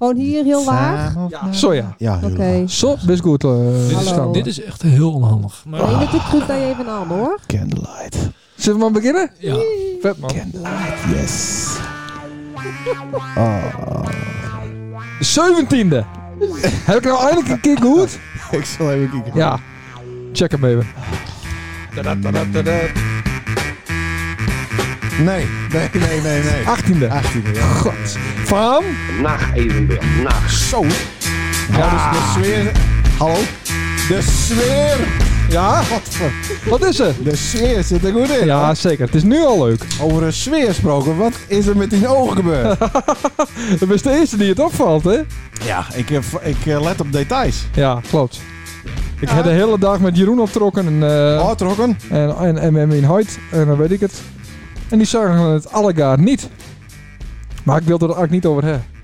Gewoon hier heel laag? Ja, zo ja. Ja, heel Oké. laag. Zo, best goed. Dit is echt heel onhandig. Maar Nee, dat doet hij even aan hoor. Candlelight. Zullen we maar beginnen? ja. Vet man. Candlelight, yes. Oh. De 17e. Heb ik nou eindelijk een keer goed? Ik zal even kijken. Ja. Check hem even. Nee. 18e. 18e, ja. God. Van? Nacht evenbeeld. Nacht. Zo. Ja, dus de sfeer... Hallo? De sfeer... Ja? Wat is er? De sfeer zit er goed in. Ja, zeker. Het is nu al leuk. Over een sfeer gesproken. Wat is er met die ogen gebeurd? Dat is de eerste die het opvalt, hè? Ja, ik let op details. Ja, klopt. Ik heb de hele dag met Jeroen optrokken en Trokken. en in Hoyt. En dan weet ik het. En die zagen het allegaar niet. Maar ik wil er eigenlijk niet over hebben.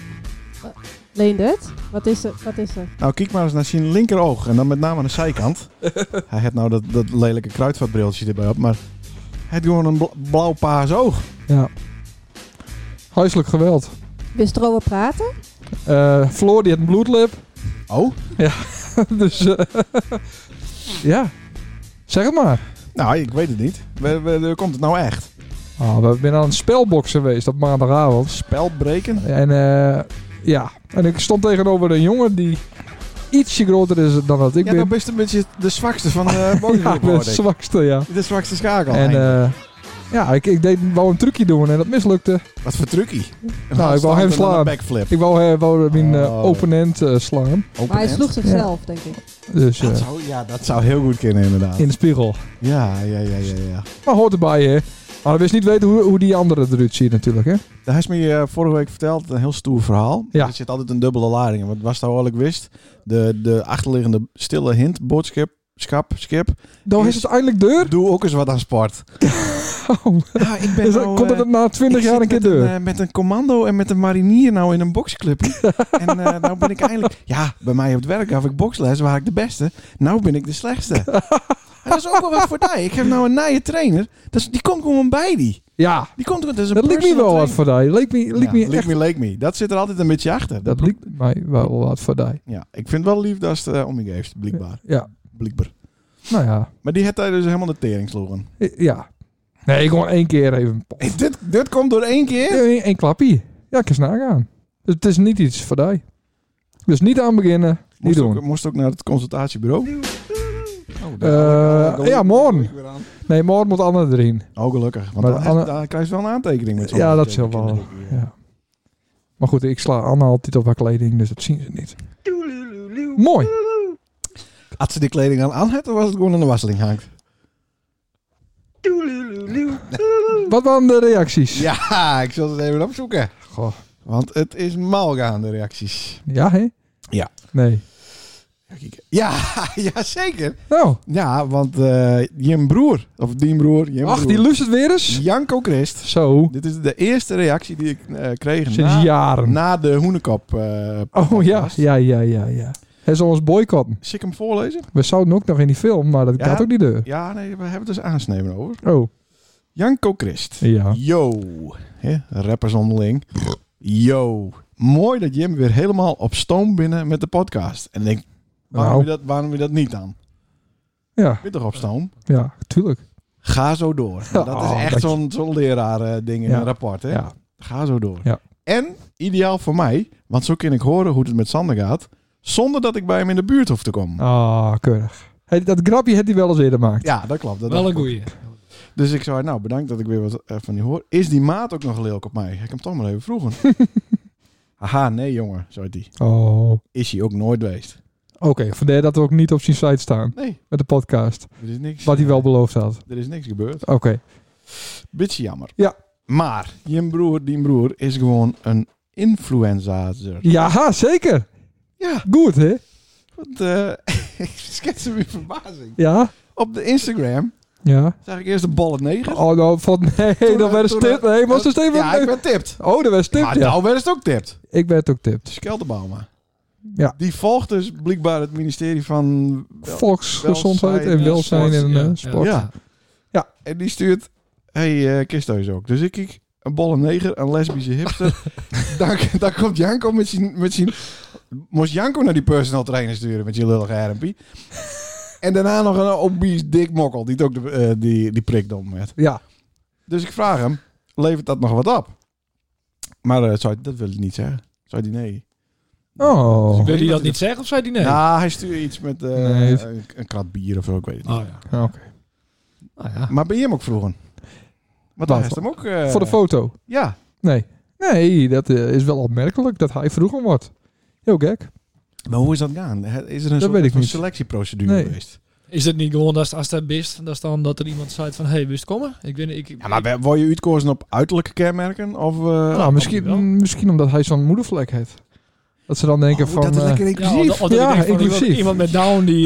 Leendert, wat is er? Nou, kijk maar eens naar zijn linkeroog. En dan met name aan de zijkant. Hij heeft nou dat lelijke kruidvatbriltje erbij op. Maar hij heeft gewoon een blauw-paars oog. Ja. Huiselijk geweld. Wist er over praten? Floor die had een bloedlip. Oh? Dus ja. Zeg het maar. Nou, ik weet het niet. Komt het nou echt? We zijn aan het spelboksen geweest op maandagavond. Spelbreken? En ja. En ik stond tegenover een jongen die ietsje groter is dan dat ik Ja, ben. dan best een beetje de zwakste van de Ja, de zwakste, ja. De zwakste schakel. En ja, ik wou een trucje doen en dat mislukte. Wat voor truckie? Nou, ik wou hem slaan. Een backflip. Ik wou mijn Oh. open-end slaan. Maar hij sloeg zichzelf, denk ik. Dus Dat zou heel goed kunnen, inderdaad. in de spiegel. Ja. Maar hoort erbij, hè. Maar we wist niet weten hoe die andere eruit ziet natuurlijk, hè. Daar is me vorige week verteld, een heel stoer verhaal. Ja. Er zit altijd een dubbele lading in. Want was nou al ik wist, de achterliggende stille hint, skip. Dan is het eindelijk deur. Doe ook eens wat aan sport. Oh. Ja, ik ben Dus nou, komt het na 20 ik jaar zit een keer met deur. met een commando en met een marinier nou in een boxclubje. En nou ben ik eindelijk... Ja, bij mij op het werk gaf ik boxles, waar ik de beste. Nou ben ik de slechtste. En dat is ook wel wat voor die. Ik heb nou een nieuwe trainer. Die komt gewoon bij die. Ja, Die komt gewoon... dat leek me wel wat voor die. Leek me. Dat zit er altijd een beetje achter. Dat leek mij wel wat voor die. Ja, ik vind wel lief dat het om je geeft, blijkbaar. Ja. Blijkbaar. Nou ja. Maar die heeft hij dus helemaal de tering sloegen. Ja. Nee, gewoon 1 keer even. Hey, dit komt door 1 keer? Eén klappie. Ja, ik kan eens nagaan. Dus het is niet iets voor die. Dus niet aan beginnen. Niet doen. Moest ook naar het consultatiebureau? Ja, morgen. Nee, morgen moet Anne erin. Oh, gelukkig. Want Maar dan krijg je wel een aantekening met zo'n... Ja, dat is wel. Ja. Maar goed, ik sla Anne altijd op haar kleding, dus dat zien ze niet. Mooi. Had ze die kleding aan heeft, of was het gewoon aan de wasseling hangt? Wat waren de reacties? Ja, ik zal het even opzoeken. Goh. Want het is malgaande reacties. Ja, hè? Ja. Nee. Ja, ja, zeker. Nou. Ja, want Jim broer, of die broer, Jim Ach, broer, die lust het weer eens? Janko Christ. Zo. Dit is de eerste reactie die ik kreeg Sinds jaren. na de Hoenekop. Oh ja. Hij zal ons boycotten. Zal ik hem voorlezen? We zouden ook nog in die film, maar dat gaat ook niet deur. Ja, nee, we hebben het dus aansnemen over. Oh. Janko Christ. Ja. Yo. Rappers onderling. Yo. Mooi dat Jim weer helemaal op stoom binnen met de podcast. En ik denk, waarom we dat niet dan? Ja. Ben toch op stoom? Ja, tuurlijk. Ga zo door. Dat is echt zo'n leraar ding in een rapport. Hè? Ja. Ga zo door. Ja. En ideaal voor mij, want zo kan ik horen hoe het met Sander gaat, zonder dat ik bij hem in de buurt hoef te komen. Ah, keurig. Hey, dat grapje had hij wel eens eerder gemaakt. Ja, dat klopt. Wel een goeie. Dus ik zei, nou bedankt dat ik weer wat van die hoor. Is die maat ook nog lelijk op mij? Ik hem toch maar even vroegen. Haha, nee jongen, zei hij. Oh. Is hij ook nooit geweest. Oké, vandaar dat we ook niet op zijn site staan. Nee. Met de podcast. Er is niks. Wat hij wel beloofd had. Er is niks gebeurd. Oké. Beetje jammer. Ja. Maar, die broer is gewoon een influencer. Ja, zeker. Ja. Goed, hè? Want, ik schetste weer verbazing. Ja. Op de Instagram Ja. zag ik eerst de ballen 9. Oh, nou, nee, dat werd stipt. Nee, moest er even... Ja, ik werd tipt. Oh, dat werd stipt, Maar ja. nou werd het ook tipt. Ik werd ook tipt. Skelterbauma. Ja. Die volgt dus blijkbaar het ministerie van... Volksgezondheid en welzijn en sport. Ja. En die stuurt... Hey, Kisthuis ook. Dus ik een bolle neger, een lesbische hipster. dan komt Janko met zijn... Moest Janko naar die personal trainer sturen met je lullige hermpie. En daarna nog een obese dik mokkel die het ook die prik dom met. Ja. Dus ik vraag hem, levert dat nog wat op? Maar dat wil hij niet zeggen. Zei hij nee. Oh. Wil hij dat niet zeggen of zei hij nee? Ja, hij stuurde iets met Nee. een krat bier of zo, ik weet het niet. Oh ja. Oké. Ah, ja. Maar ben je hem ook vroegen? Want hij heeft hem ook... Voor de foto? Ja. Nee, dat is wel opmerkelijk dat hij vroeg om wordt. Heel gek. Maar hoe is dat gaan? Is er een Dat weet ik soort niet. selectieprocedure Nee. geweest? Is het niet gewoon als dat best, dat er iemand zei van, hey, wist komen? Ik weet niet, Ja, maar word je uitgekozen op uiterlijke kenmerken? Of, Nou, misschien omdat hij zo'n moedervlek heeft. Dat ze dan denken van... dat is lekker ja, inclusief. of dat Ja, ik denk van inclusief. iemand met down die...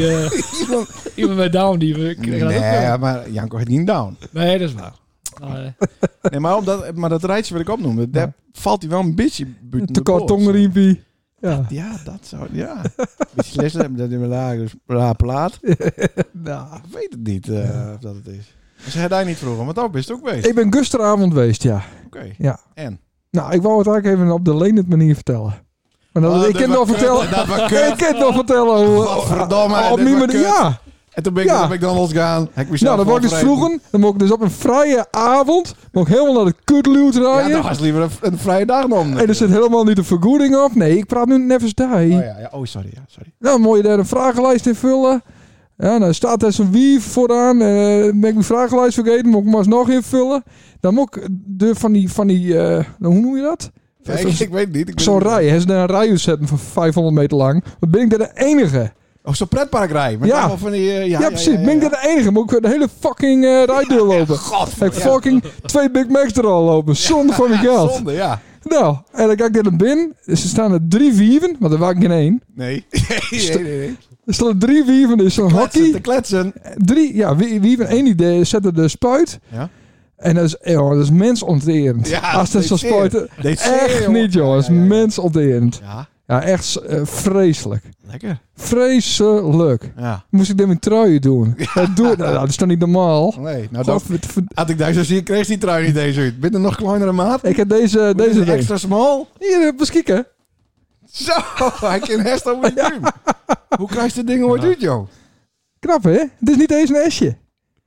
iemand met down die... we krijgen dat ook Nee, wel. maar Janko heeft niet down. Nee, dat is waar. Nee. Nee, maar dat rijtje wat ik opnoemde, daar valt hij wel een beetje buiten te de kort tongenriempie. Ja. Ja, dat zou... Ja. Beetje lessen hebben dat in mijn lager plaat. Nou, Ik weet het niet of dat het is. Als hij daar niet vroegen, want ook best ook geweest. ik ben gisteravond geweest, ja. Oké. Ja. En? Nou, ik wou het eigenlijk even op de Leendert manier vertellen. Maar ik kan nog vertellen... Dat was Ik kan nog vertellen hoe... Godverdomme, op dit die was manier... kut. Ja. En toen ben ik naar McDonald's gaan. Nou, dan moet ik dus vroegen. Dan moet ik dus op een vrije avond... Moet ik helemaal naar de kutluwt Ja, rijden. dan was liever een vrije dag om. En er zit helemaal niet de vergoeding op. Nee, ik praat nu net eens daar. Oh ja. Oh, sorry. Ja, sorry. Nou, moet je daar een vragenlijst invullen. Ja, dan staat er zo'n wief vooraan. Ben ik mijn vragenlijst vergeten, moet ik maar eens nog invullen. Dan moet ik van die hoe noem je dat? Ja, ik weet het niet. Zo'n rij. Hij is daar een rij zetten van 500 meter lang. Dan ben ik daar de enige. Oh, zo'n pretparkrij. Met Ja. allemaal van die... Ja, precies. Ben ik daar de enige. Moet ik de hele fucking rij doorlopen. Heb ik fucking 2 Big Macs er al lopen. Zonder van mijn geld. Zonde, ja. Nou, en dan ga ik daar naar binnen. Dus er staan er 3 wieven. Want er waren geen 1. Nee. nee. Er staan er 3 wieven. Dus zo'n Kletsen, hockey. te kletsen. 3, ja, wieven. 1 die zette de spuit. Ja. En dat is mensonterend. Ja, Als dat zo deed zeer. spuiten. Deed zeer, Echt jongen. niet, joh. Dat is Ja, ja, ja. mensonterend. Ja, Ja, echt vreselijk. lekker. Vreselijk. Ja. Moest ik dat met truien doen? Dat is toch niet normaal? Nee, nou dat... God, Had ik daar zo zie, kreeg die trui niet deze uit. Ben je nog kleinere maat? ik heb deze ding. extra small. Hier, even kijken. Zo, hij kan herst over die duim. Hoe krijg je dit ding ooit uit, joh? Knap, hè? Het is niet eens een S'je.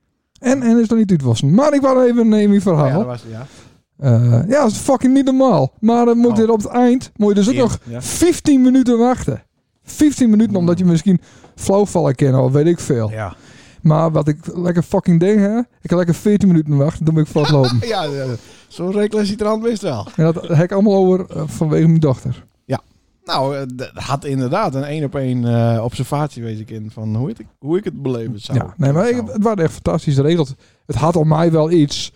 En is nog niet uitwassen. Maar ik wou even nemen je verhaal. Ja, dat was... Ja. Ja, dat is fucking niet normaal. Maar dan moet je er op het eind... Moet je dus ook nog Ja. 15 minuten wachten. 15 minuten, omdat je misschien flauwvallen kan of weet ik veel. Ja. Maar wat ik lekker fucking denk, hè? Ik kan lekker 14 minuten wachten, dan moet ik voortlopen. Ja, zo'n reclassitrant wist wel. En dat heb ik allemaal over vanwege mijn dochter. Nou, dat had inderdaad een 1-op-1 observatie wees ik in van hoe ik het beleven zou. Ja, nee, maar het waren echt fantastisch geregeld. Het had op mij wel iets.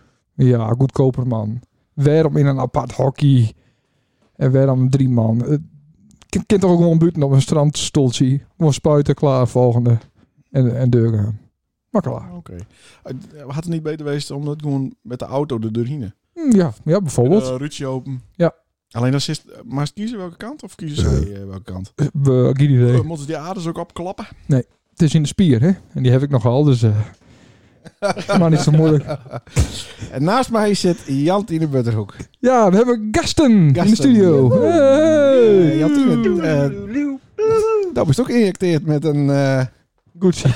Ja, goedkoper man. Waarom in een apart hockey? En waarom 3 man? Ik kan toch ook gewoon buiten op een strandstoeltje. Gewoon spuiten, klaar, volgende. En deur gaan. Maar klaar. Oké. Had het niet beter geweest om dat gewoon met de auto er doorheen? Ja, bijvoorbeeld. Ruutje open. Ja. Alleen dan is maar eens kiezen welke kant of kiezen zij welke kant? Geen idee. Moeten ze die aders ook opklappen? Het is in de spier, hè? En die heb ik nogal, dus... maar niet zo moeilijk. En naast mij zit Jantine Butterhoek. Ja, we hebben gasten in de studio. Ja. Hey. Jantine, dat was ook injecteerd met een... Gucci.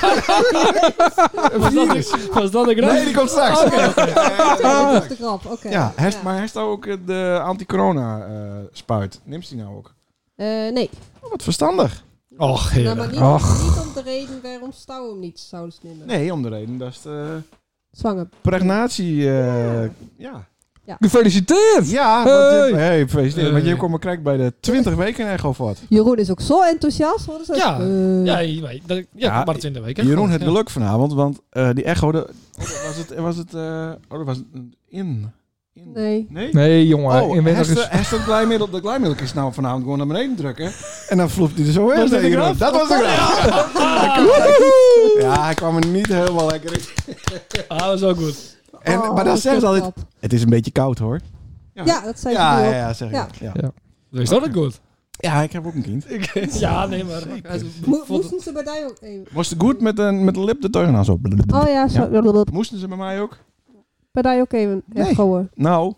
Was dat een grap? Nee, die komt straks. Dat is de grap, oké. Ja, maar hij staat ook de anti-corona spuit. Neemt hij nou ook? Nee. Oh, wat verstandig. Och, Nou, maar niet, Ach. niet om de reden waarom Stouw hem niet zouden nemen. Nee, om de reden dat is de Zwanger. pregnatie. Ja. Gefeliciteerd! Ja, Hey. gefeliciteerd. Want je komt krijgt bij de 20 weken echo wat. Jeroen is ook zo enthousiast. Wat is dat? Ja. Ja, je weet. Ja, maar het in de week. hè? Jeroen heeft Ja. geluk vanavond, want die echo... was het in? Nee. Nee? Nee, jongen. Oh, inmiddels is... hij staat de glijmiddel is nou vanavond gewoon naar beneden drukken. En dan vloept hij er zo in. Was dat de grap? Dat was de grap. Ja, hij kwam er niet helemaal lekker in. Ah, dat is ook goed. Maar dan zeggen ze altijd... grap. Het is een beetje koud, hoor. Ja, dat zei Ja, ze nu ook. ja, zeg ik. Ja. Ja. Dat is dat ook goed. Ja, ik heb ook een kind. Ja, nee, maar... Moesten ze bij jou ook even? Was het goed met de lip de teugen aan zo? Oh ja, zo. Moesten ze bij mij ook? bij jou ook even Nee. echoen? Nou,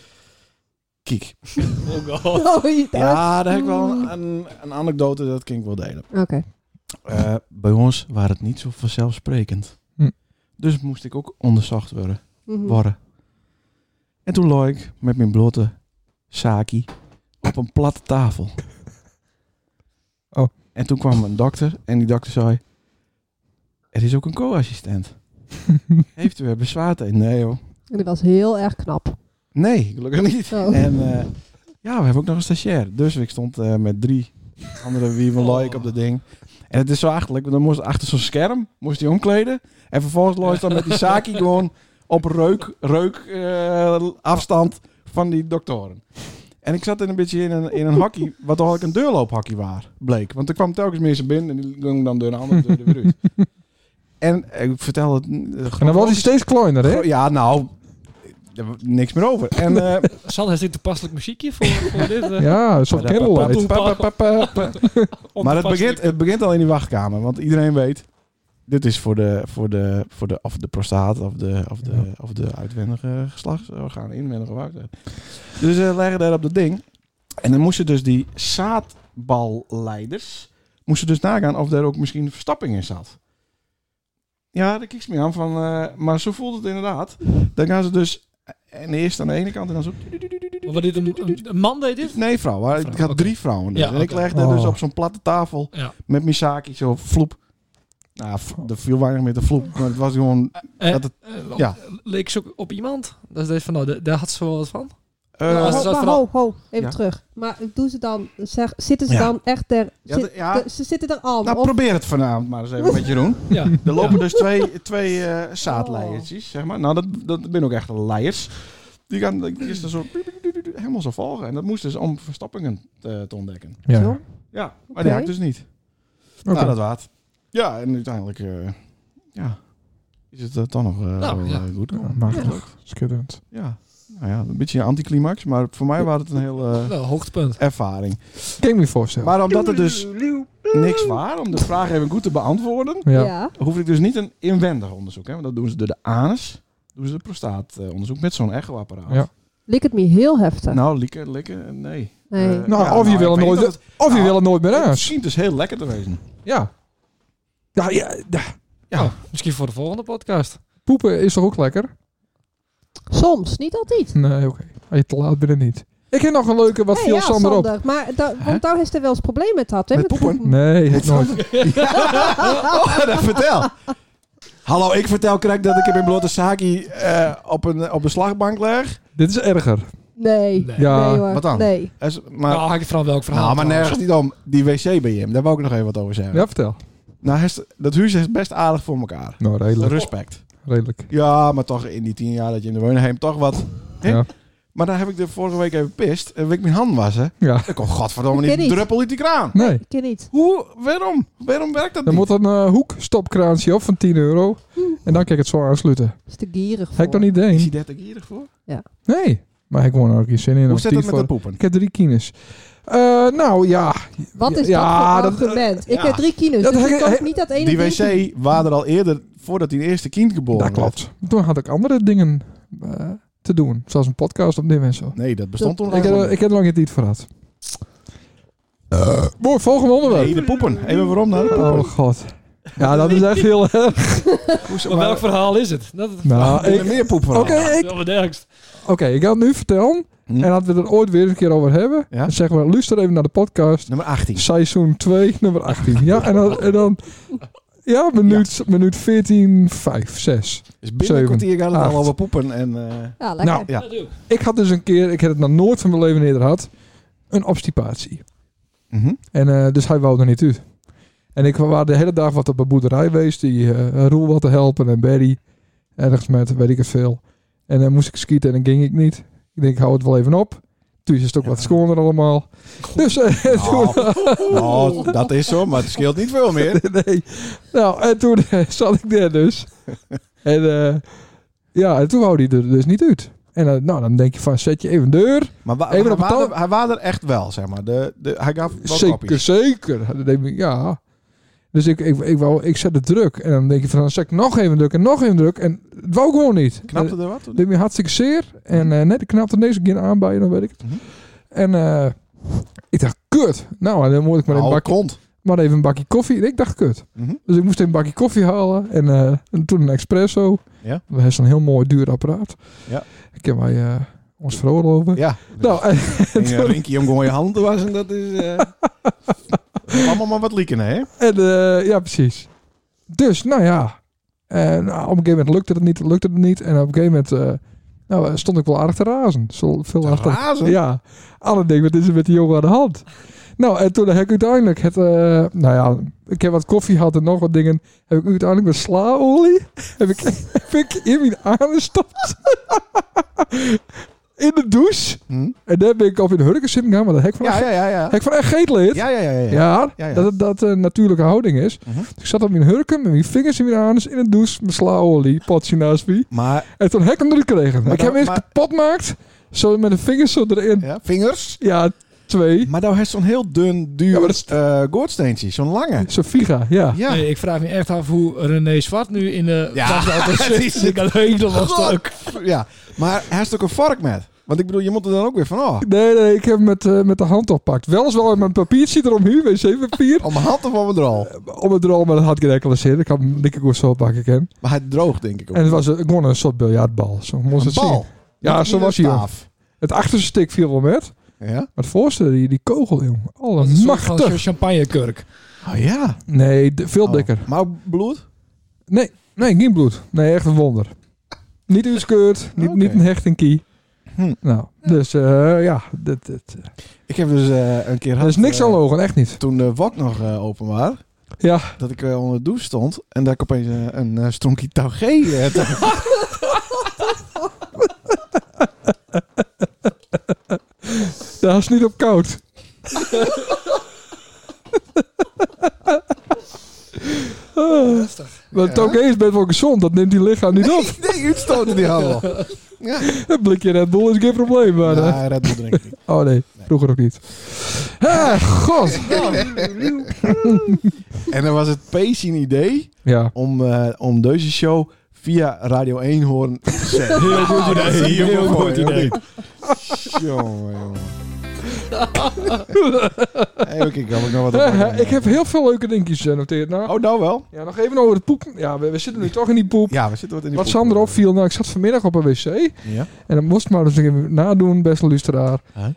kijk. Oh god. Oh, Ja, daar heb ik wel een anekdote, dat kan ik wel delen. Oké. Bij ons waren het niet zo vanzelfsprekend. Dus moest ik ook onderzocht worden. En toen lag ik met mijn blote saki op een platte tafel. Oh. En toen kwam een dokter en die dokter zei... Er is ook een co-assistent. Heeft u er bezwaar tegen? Nee joh. En die was heel erg knap. Nee, gelukkig niet. Oh. En ja, we hebben ook nog een stagiair. Dus ik stond met 3 andere wieven like op dat ding. En het is zo achterlijk, want dan moest achter zo'n scherm moest hij omkleden. En vervolgens loos dan met die saki gewoon op reuk afstand van die doktoren. En ik zat in een beetje in een hockey, wat toch eigenlijk een deurloophockey bleek. Want er kwam telkens mensen binnen en die gingen dan door een andere deur weer uit. En ik vertelde het... En dan was hij steeds kleiner, hè? Ja, nou... Er was niks meer over. En... Sal, heeft dit toepasselijk muziekje voor dit? Ja, een soort candlelight. Maar het begint al in die wachtkamer. Want iedereen weet... Dit is voor de prostaat of de uitwendige geslachtsorganen, inwendige wacht. Dus leggen daar op dat ding. En dan moesten dus die zaadballeiders... moesten dus nagaan of daar ook misschien verstapping in zat. Ja, daar kijk je me aan van... maar zo voelt het inderdaad. Dan gaan ze dus... En eerst aan de ene kant en dan zo... Wat dit een man deed dit? Nee, vrouw. Maar ik had 3 vrouwen. Dus. Ja, en ik legde dus op zo'n platte tafel... met mijn zaakje zo vloep. Nou, er viel weinig met de vloep. Maar het was gewoon... Leek ze ook op iemand? Dat is deze van, nou, daar had ze wel wat van. Even terug. Maar doen ze dan, zitten ze dan echt er... ze zitten er al. Nou, probeer het vanavond maar eens even met Jeroen. Ja. Er lopen dus twee zaadleiertjes, zeg maar. Nou, dat zijn ook echt leiers. Die gaan is er zo helemaal zo volgen. En dat moest dus om verstappingen te ontdekken. Ja. Zo? Ja, maar die had ik dus niet. Okay. Nou, dat waard. Ja, en uiteindelijk is het dan nog goed. Maar schitterend. Ja. Nou ja, een beetje een anticlimax, maar voor mij was het een heel hoogtepunt ervaring. Kan ik me voorstellen. Maar omdat het dus niks was, om de vraag even goed te beantwoorden, hoef ik dus niet een inwendig onderzoek. Hè? Want dat doen ze door de anus, doen ze prostaatonderzoek met zo'n echoapparaat. Ja. Liek het me heel heftig? Nou, likken, nee. Of je wil het nooit meer aan. Het schijnt dus heel lekker te wezen. Ja. Ja. Misschien voor de volgende podcast. Poepen is toch ook lekker? Soms, niet altijd. Nee, oké. Als je te laat bent, niet. Ik heb nog een leuke, wat viel Sander op? Maar want daar heeft hij wel eens probleem met gehad, hè? Met poepen? Nee, ik nooit. Dat vertel. Hallo, ik vertel correct dat ik in blote saki op een slagbank leg. Dit is erger. Nee. Ja. Nee hoor. Wat dan? Nee. Maar had ik vooral welk verhaal? Nou, maar nergens niet om. Die wc bij hem, daar wou ik nog even wat over zeggen. Ja, vertel. Nou, dat huis is best aardig voor elkaar. Nou, redelijk. Respect. Redelijk. Ja, maar toch in die 10 jaar dat je in de woonheim toch wat... Ja. Maar dan heb ik de vorige week even pist. En wil ik mijn handen wassen. Ja. Ik kon godverdomme niet een druppel uit die kraan. Nee. Ik ken niet. Waarom? Waarom werkt dat Dan niet? moet een hoekstopkraantje op van €10. En dan kan ik het zo aansluiten. Dat is te gierig voor. Heb ik dan niet Is één? hij 30 gierig voor? Ja. Nee. Maar ik woon er ook geen zin in. Hoe zit dat met de poepen? Ik heb 3 kines. Nou, ja. Wat is ja, dat voor argument? Ik heb 3 kines. dat Dus heb ik ik- kan niet dat ene Die ding- wc waren er al eerder voordat die eerste kind geboren Dat klopt. Toen had ik andere dingen te doen. Zoals een podcast opnemen en zo. werd. Nee, dat bestond toen nog Ik heb er nog geen tijd voor gehad. Volgende onderwerp. Nee, de poepen. Even waarom nou? De poepen. Oh god. Ja, dat is echt heel erg. Maar welk verhaal is het? Dat Nou, Ik heb meer poep van. Oké, ik ga het nu vertellen. En als we er ooit weer een keer over hebben, Ja? dan zeggen we, luister even naar de podcast. Nummer 18. Seizoen 2, nummer 18. Ja, en dan ja, minuut 14, 5, 6. Dus binnen een kwartier gaat het 8. al over poepen. En, Ja, lekker. Nou, ja. ik had dus een keer, ik heb het nog nooit van mijn leven eerder gehad, een obstipatie. En dus hij wou er niet uit. En ik was de hele dag wat op een boerderij geweest, die Roel wat te helpen en Barry. Ergens met, weet ik het veel. En dan moest ik schieten en dan ging ik niet. Ik denk, ik hou het wel even op. Toen is het ook wat schoner allemaal. Dus nou, dat is zo, maar het scheelt niet veel meer. nee. Nou, en toen zat ik daar dus. En en toen wou hij er dus niet uit. En dan denk je van, zet je even deur. Maar Even op hij was er echt wel, zeg maar. Hij gaf wel kopjes. Zeker. Dan denk ik, ja. Dus ik zet de druk. En dan denk je van, dan zet ik nog even druk en nog even druk. En het wou gewoon niet. Knapte er wat? Deed me hartstikke zeer. En nee, ik knapte niks een keer aan bij je, dan weet ik het. Mhm. En ik dacht, kut. Nou, dan moet ik maar even een bakje koffie. En ik dacht, kut. Mhm. Dus ik moest even een bakje koffie halen. En toen een espresso. Ja. We hebben zo'n heel mooi duur apparaat. Ja. Ik heb mij ons veroorloven. Ja. Nou, En Rinkie om gewoon je handen te wassen, dat is... allemaal maar wat lieken, hè? En ja, precies. Dus, nou ja. En op een gegeven moment lukte het niet. En op een gegeven moment stond ik wel aardig te razen. Razen? Ja. Alle dingen, wat is er met die jongen aan de hand? Nou, en toen heb ik uiteindelijk ik heb wat koffie gehad en nog wat dingen. Heb ik uiteindelijk met slaolie heb ik in mijn adem gestopt. In de douche. En dan ben ik op in de hurken zitten gaan, maar dat hek van hek van echt geetleed. Ja. Dat natuurlijke houding is. Dus ik zat op mijn hurken met mijn vingers in mijn anus in de douche met slaolie, potje naast me. En toen heb ik hem eruit gekregen. Ik heb hem eerst kapot gemaakt, zo met de vingers zo erin. Ja, vingers? Ja, 2. Maar nou heeft zo'n heel dun, duur goordsteentje. Zo'n lange. Zo'n Figa, ja. Nee, ik vraag me echt af hoe René Zwart nu in de gasauto zit. Ik had helemaal stuk. Ja, maar hij heeft ook een vork met. Want ik bedoel, je moet er dan ook weer van Nee, ik heb hem met de hand oppakt. Weliswaar met mijn papiertje eromheen, wc-papier. Om mijn hand of om het rol? Om het rol, maar dat had ik enkele zin. Ik had hem dikke goed zo pakken ken. Maar hij droog, denk ik ook. En het was gewoon een soort biljartbal. Zo moest het zien. Ja, zo was hij. Het achterste stik viel wel met. Ja? Maar het voorste, die kogel, jongen. Allemachtig. Een champagnekurk. Oh ja. Nee, veel dikker. Maar bloed? Nee, geen bloed. Nee, echt een wonder. Niet uitscheurd, niet een hechtingkie. Nou, dus ja. Ik heb dus een keer... Er is niks aan logen, echt niet. Toen de wok nog open was. Ja. Dat ik onder de douche stond. En dat ik opeens een stronkje taugé Dat is niet op koud. Maar taugé is best wel gezond. Dat neemt die lichaam niet op. Nee, uitstoten die handel. Ja. Een blikje Red Bull is geen probleem. Maar, ja, Red Bull drink ik niet. Oh nee, vroeger ook niet. God. En dan was het Pacing idee om deze show via Radio 1 horen te zetten. Heel goed idee. Heel goed idee. Jongen. Even kijken, heb ik nog wat ik heb heel veel leuke dingetjes genoteerd. Nou. Oh, nou wel. Ja, nog even over het poep. Ja, we zitten nu toch in die poep. Ja, we zitten wat in die wat poep. Sander opviel, nou, ik zat vanmiddag op een wc. Ja. En dan moest maar eens even nadoen, beste luisteraar.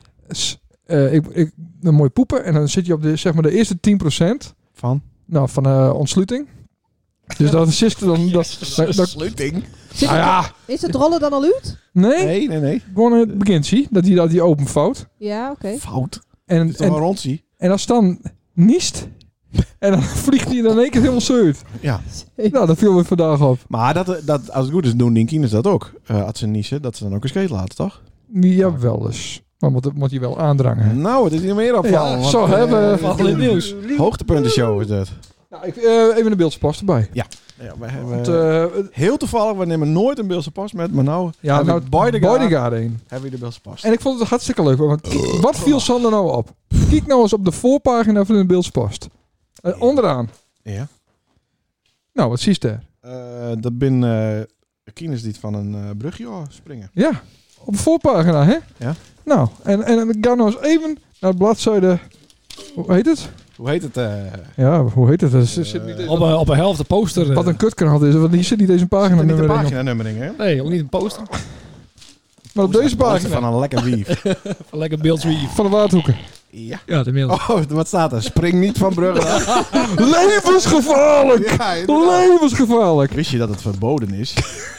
Ik een mooi poepen. En dan zit je op de, zeg maar, de eerste 10% van? Nou, van ontsluiting. Dus dat is dan... Ontsluiting? Is het rollen dan al uit? Nee. Gewoon in het begin zie dat hij openvouwt. Ja, oké. Fout. En is toch een rondje? En als dan niest... En dan vliegt hij dan in één keer helemaal zuid. Ja. Nou, dat viel me vandaag op. Maar dat als het goed is, doen die kinders dat ook. Als ze niezen, dat ze dan ook een scheet laten, toch? Ja, wel eens. Maar moet je wel aandrangen. Nou, het is niet meer opvallen. Ja, zo hebben we in het nieuws. Hoogtepuntenshow is dat. Nou, even een beeldse pas erbij. Ja. Wij hebben, heel toevallig, we nemen nooit een beeldse pas met, maar nou Bodyguard heen. Hebben we de beeldse pas. En ik vond het hartstikke leuk. Want wat viel Sander nou op? Kijk nou eens op de voorpagina van de beeldse post. Onderaan. Ja. Nou, wat zie je daar? Dat ben kinders die van een brugje springen. Ja, op de voorpagina, hè? Ja. Nou, en ik ga nou eens even naar de bladzijde... Hoe heet het? Hoe heet het? Ja, hoe heet het? Zit niet op een helft de poster. Wat een kutkrant is, want hier zit niet deze pagina nummering. Niet de pagina nummering, hè? Nee, ook niet een poster. Maar op deze pagina. Van een lekker wief. Van lekker beeldswief. Van de Waardhoeken. Ja. Ja, de mail. Oh, wat staat er? Spring niet van bruggen af. Levensgevaarlijk! Ja, levensgevaarlijk! Wist je dat het verboden is?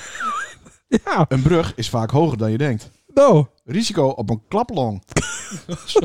Ja. Een brug is vaak hoger dan je denkt. Nou. Risico op een klaplong. Zo.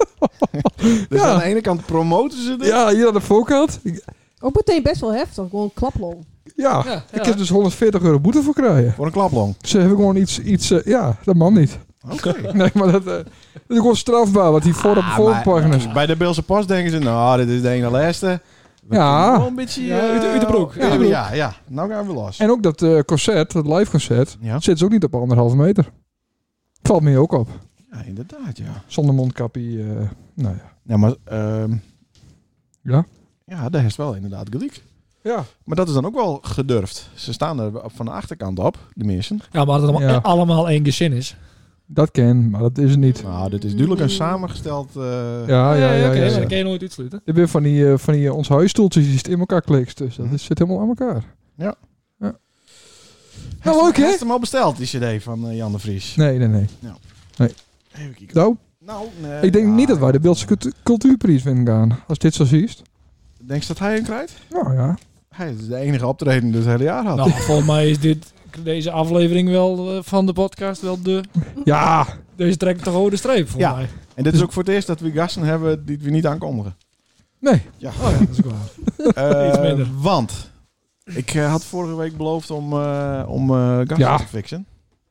Dus aan de ene kant promoten ze dit. Ja, hier aan de voorkant. Ook meteen best wel heftig. Gewoon een klaplong. Ja, ik heb dus €140 boete voor krijgen. Voor een klaplong? Ze hebben gewoon iets ja, dat mag niet. Oké. Nee, maar dat is gewoon strafbaar, wat hier voor op de voorpagina is. Bij de Beelse Post denken ze, nou, dit is de ene laatste. Ja. Gewoon een beetje uit de broek. Ja. Nou gaan we los. En ook dat concert, dat live concert, zit ze ook niet op 1,5 meter. Valt me ook op. Ja, inderdaad, ja. Zonder mondkapje, nou ja. Ja, maar... Ja? Ja, daar is wel inderdaad gelijk. Ja. Maar dat is dan ook wel gedurfd. Ze staan er van de achterkant op, de mensen. Ja, maar dat het allemaal één gezin is. Dat ken, maar dat is het niet. Nou, dit is duidelijk een samengesteld... Ja. Oké, dat kan je nooit uitsluiten. Je bent van die onze huisstoeltjes die het in elkaar klikst. Dus dat zit helemaal aan elkaar. Ja. Nou, leuk, hè? Heb je hem al besteld, die cd van Jan de Vries? Nee. Even kijken. Nou, nee, ik denk niet dat wij de Beeldse cultuurprijs winnen gaan. Als dit zo ziet. Denk je dat hij hem krijgt? Nou ja. Hij is de enige optreden dus het hele jaar had. Nou, volgens mij is deze aflevering wel van de podcast wel de... Ja. Deze trekt toch over de streep, volgens mij. En dit is ook voor het eerst dat we gasten hebben die we niet aankondigen. Nee. Ja. Oh ja, dat is waar. Iets minder. Want ik had vorige week beloofd om gasten te fixen.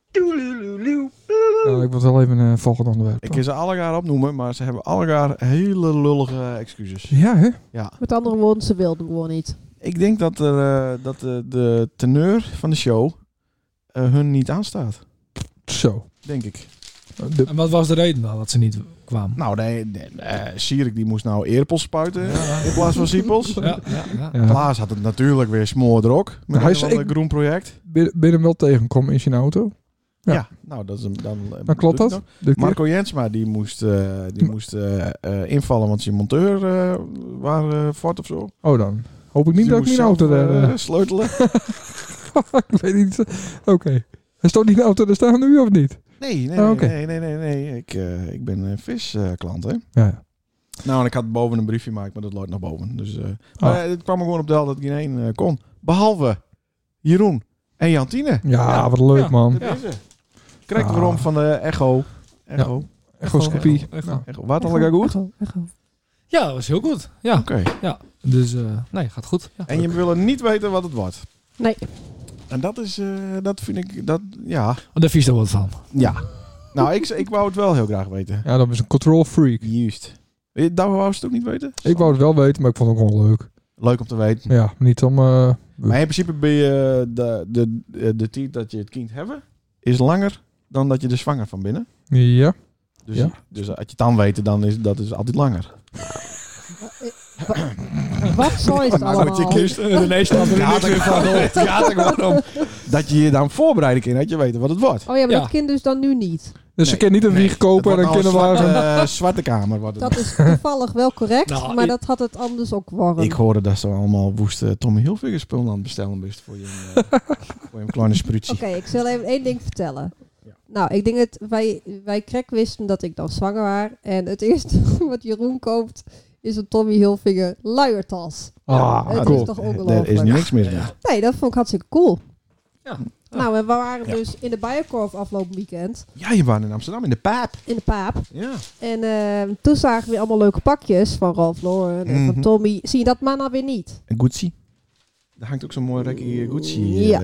Nou, ik wil wel even een volgend onderwerp. Ik kan ze allegaar opnoemen, maar ze hebben allegaar hele lullige excuses. Ja, hè? Ja. Met andere woorden, ze wilden gewoon niet. Ik denk dat de teneur van de show hun niet aanstaat. Zo. Denk ik. En wat was de reden dan dat ze niet kwam? Nou, Sierik die moest nou eerpels spuiten in plaats van siepels. Ja. Klaas had het natuurlijk weer smoordrok met een groen project. Ben je hem wel tegenkomen in zijn auto? Ja, nou dat is hem dan. Dan klopt dat. Marco Jensma die moest invallen, want zijn monteur waren fort of zo. Oh dan. Hoop ik niet dat ik mijn auto daar... sleutelen. Ik weet niet. Oké. Hij stond niet in de auto er staan nu of niet? Nee. Ik ben een visklant, hè. Ja. Nou, en ik had boven een briefje gemaakt, maar dat loopt naar boven. Dus het kwam er gewoon op de hel dat geen één kon. Behalve Jeroen en Jantine. Ja, wat leuk, man. Dat is het. Krijg de waarom van de Echo. Echoscopie. Echo. Wat allemaal goed? Echo. Ja, dat was heel goed. Ja. Oké. Ja. Dus, gaat goed. Ja, en je wil niet weten wat het wordt? Nee. En dat is, dat vind ik, dat, ja. Daar vies er wat van. Ja. Nou, ik wou het wel heel graag weten. Ja, dat is een control freak. Juist. Dat wou je het ook niet weten? Ik wou het wel weten, maar ik vond het ook gewoon leuk. Leuk om te weten. Ja, niet om... maar in principe ben je de tijd dat je het kind hebben, is langer dan dat je er zwanger van binnen. Ja. Dus als je het dan weet, dan is dat altijd langer. Wat zo is het allemaal? René staat er niet weer van. Het gaat er gewoon om dat je je dan voorbereiden kan, dat je weet wat het wordt. Oh ja, maar dat kind dus dan nu niet. Dus ze kunnen niet een wieg kopen en dan kunnen we... zwarte kamer wordt het. Dat is toevallig wel correct, maar dat had het anders ook worden. Ik hoorde dat ze allemaal woeste Tommy Hilfiger spullen aan het bestellen bent voor je kleine spruitje. Oké, ik zal even één ding vertellen. Ja. Nou, ik denk dat wij krek wisten dat ik dan zwanger was. En het eerste wat Jeroen koopt is een Tommy Hilfiger luiertas. Het cool. is toch ongelooflijk. Er is niks meer in. Nee, dat vond ik hartstikke cool. Ja. Nou, en we waren dus in de Bijenkorf afgelopen weekend. Ja, je was in Amsterdam, in de Paap. In de Paap. Ja. En toen zagen we allemaal leuke pakjes van Ralph Lauren en van Tommy. Zie je dat maar nou weer niet? En Gucci. Daar hangt ook zo'n mooi rekje Gucci. Ja.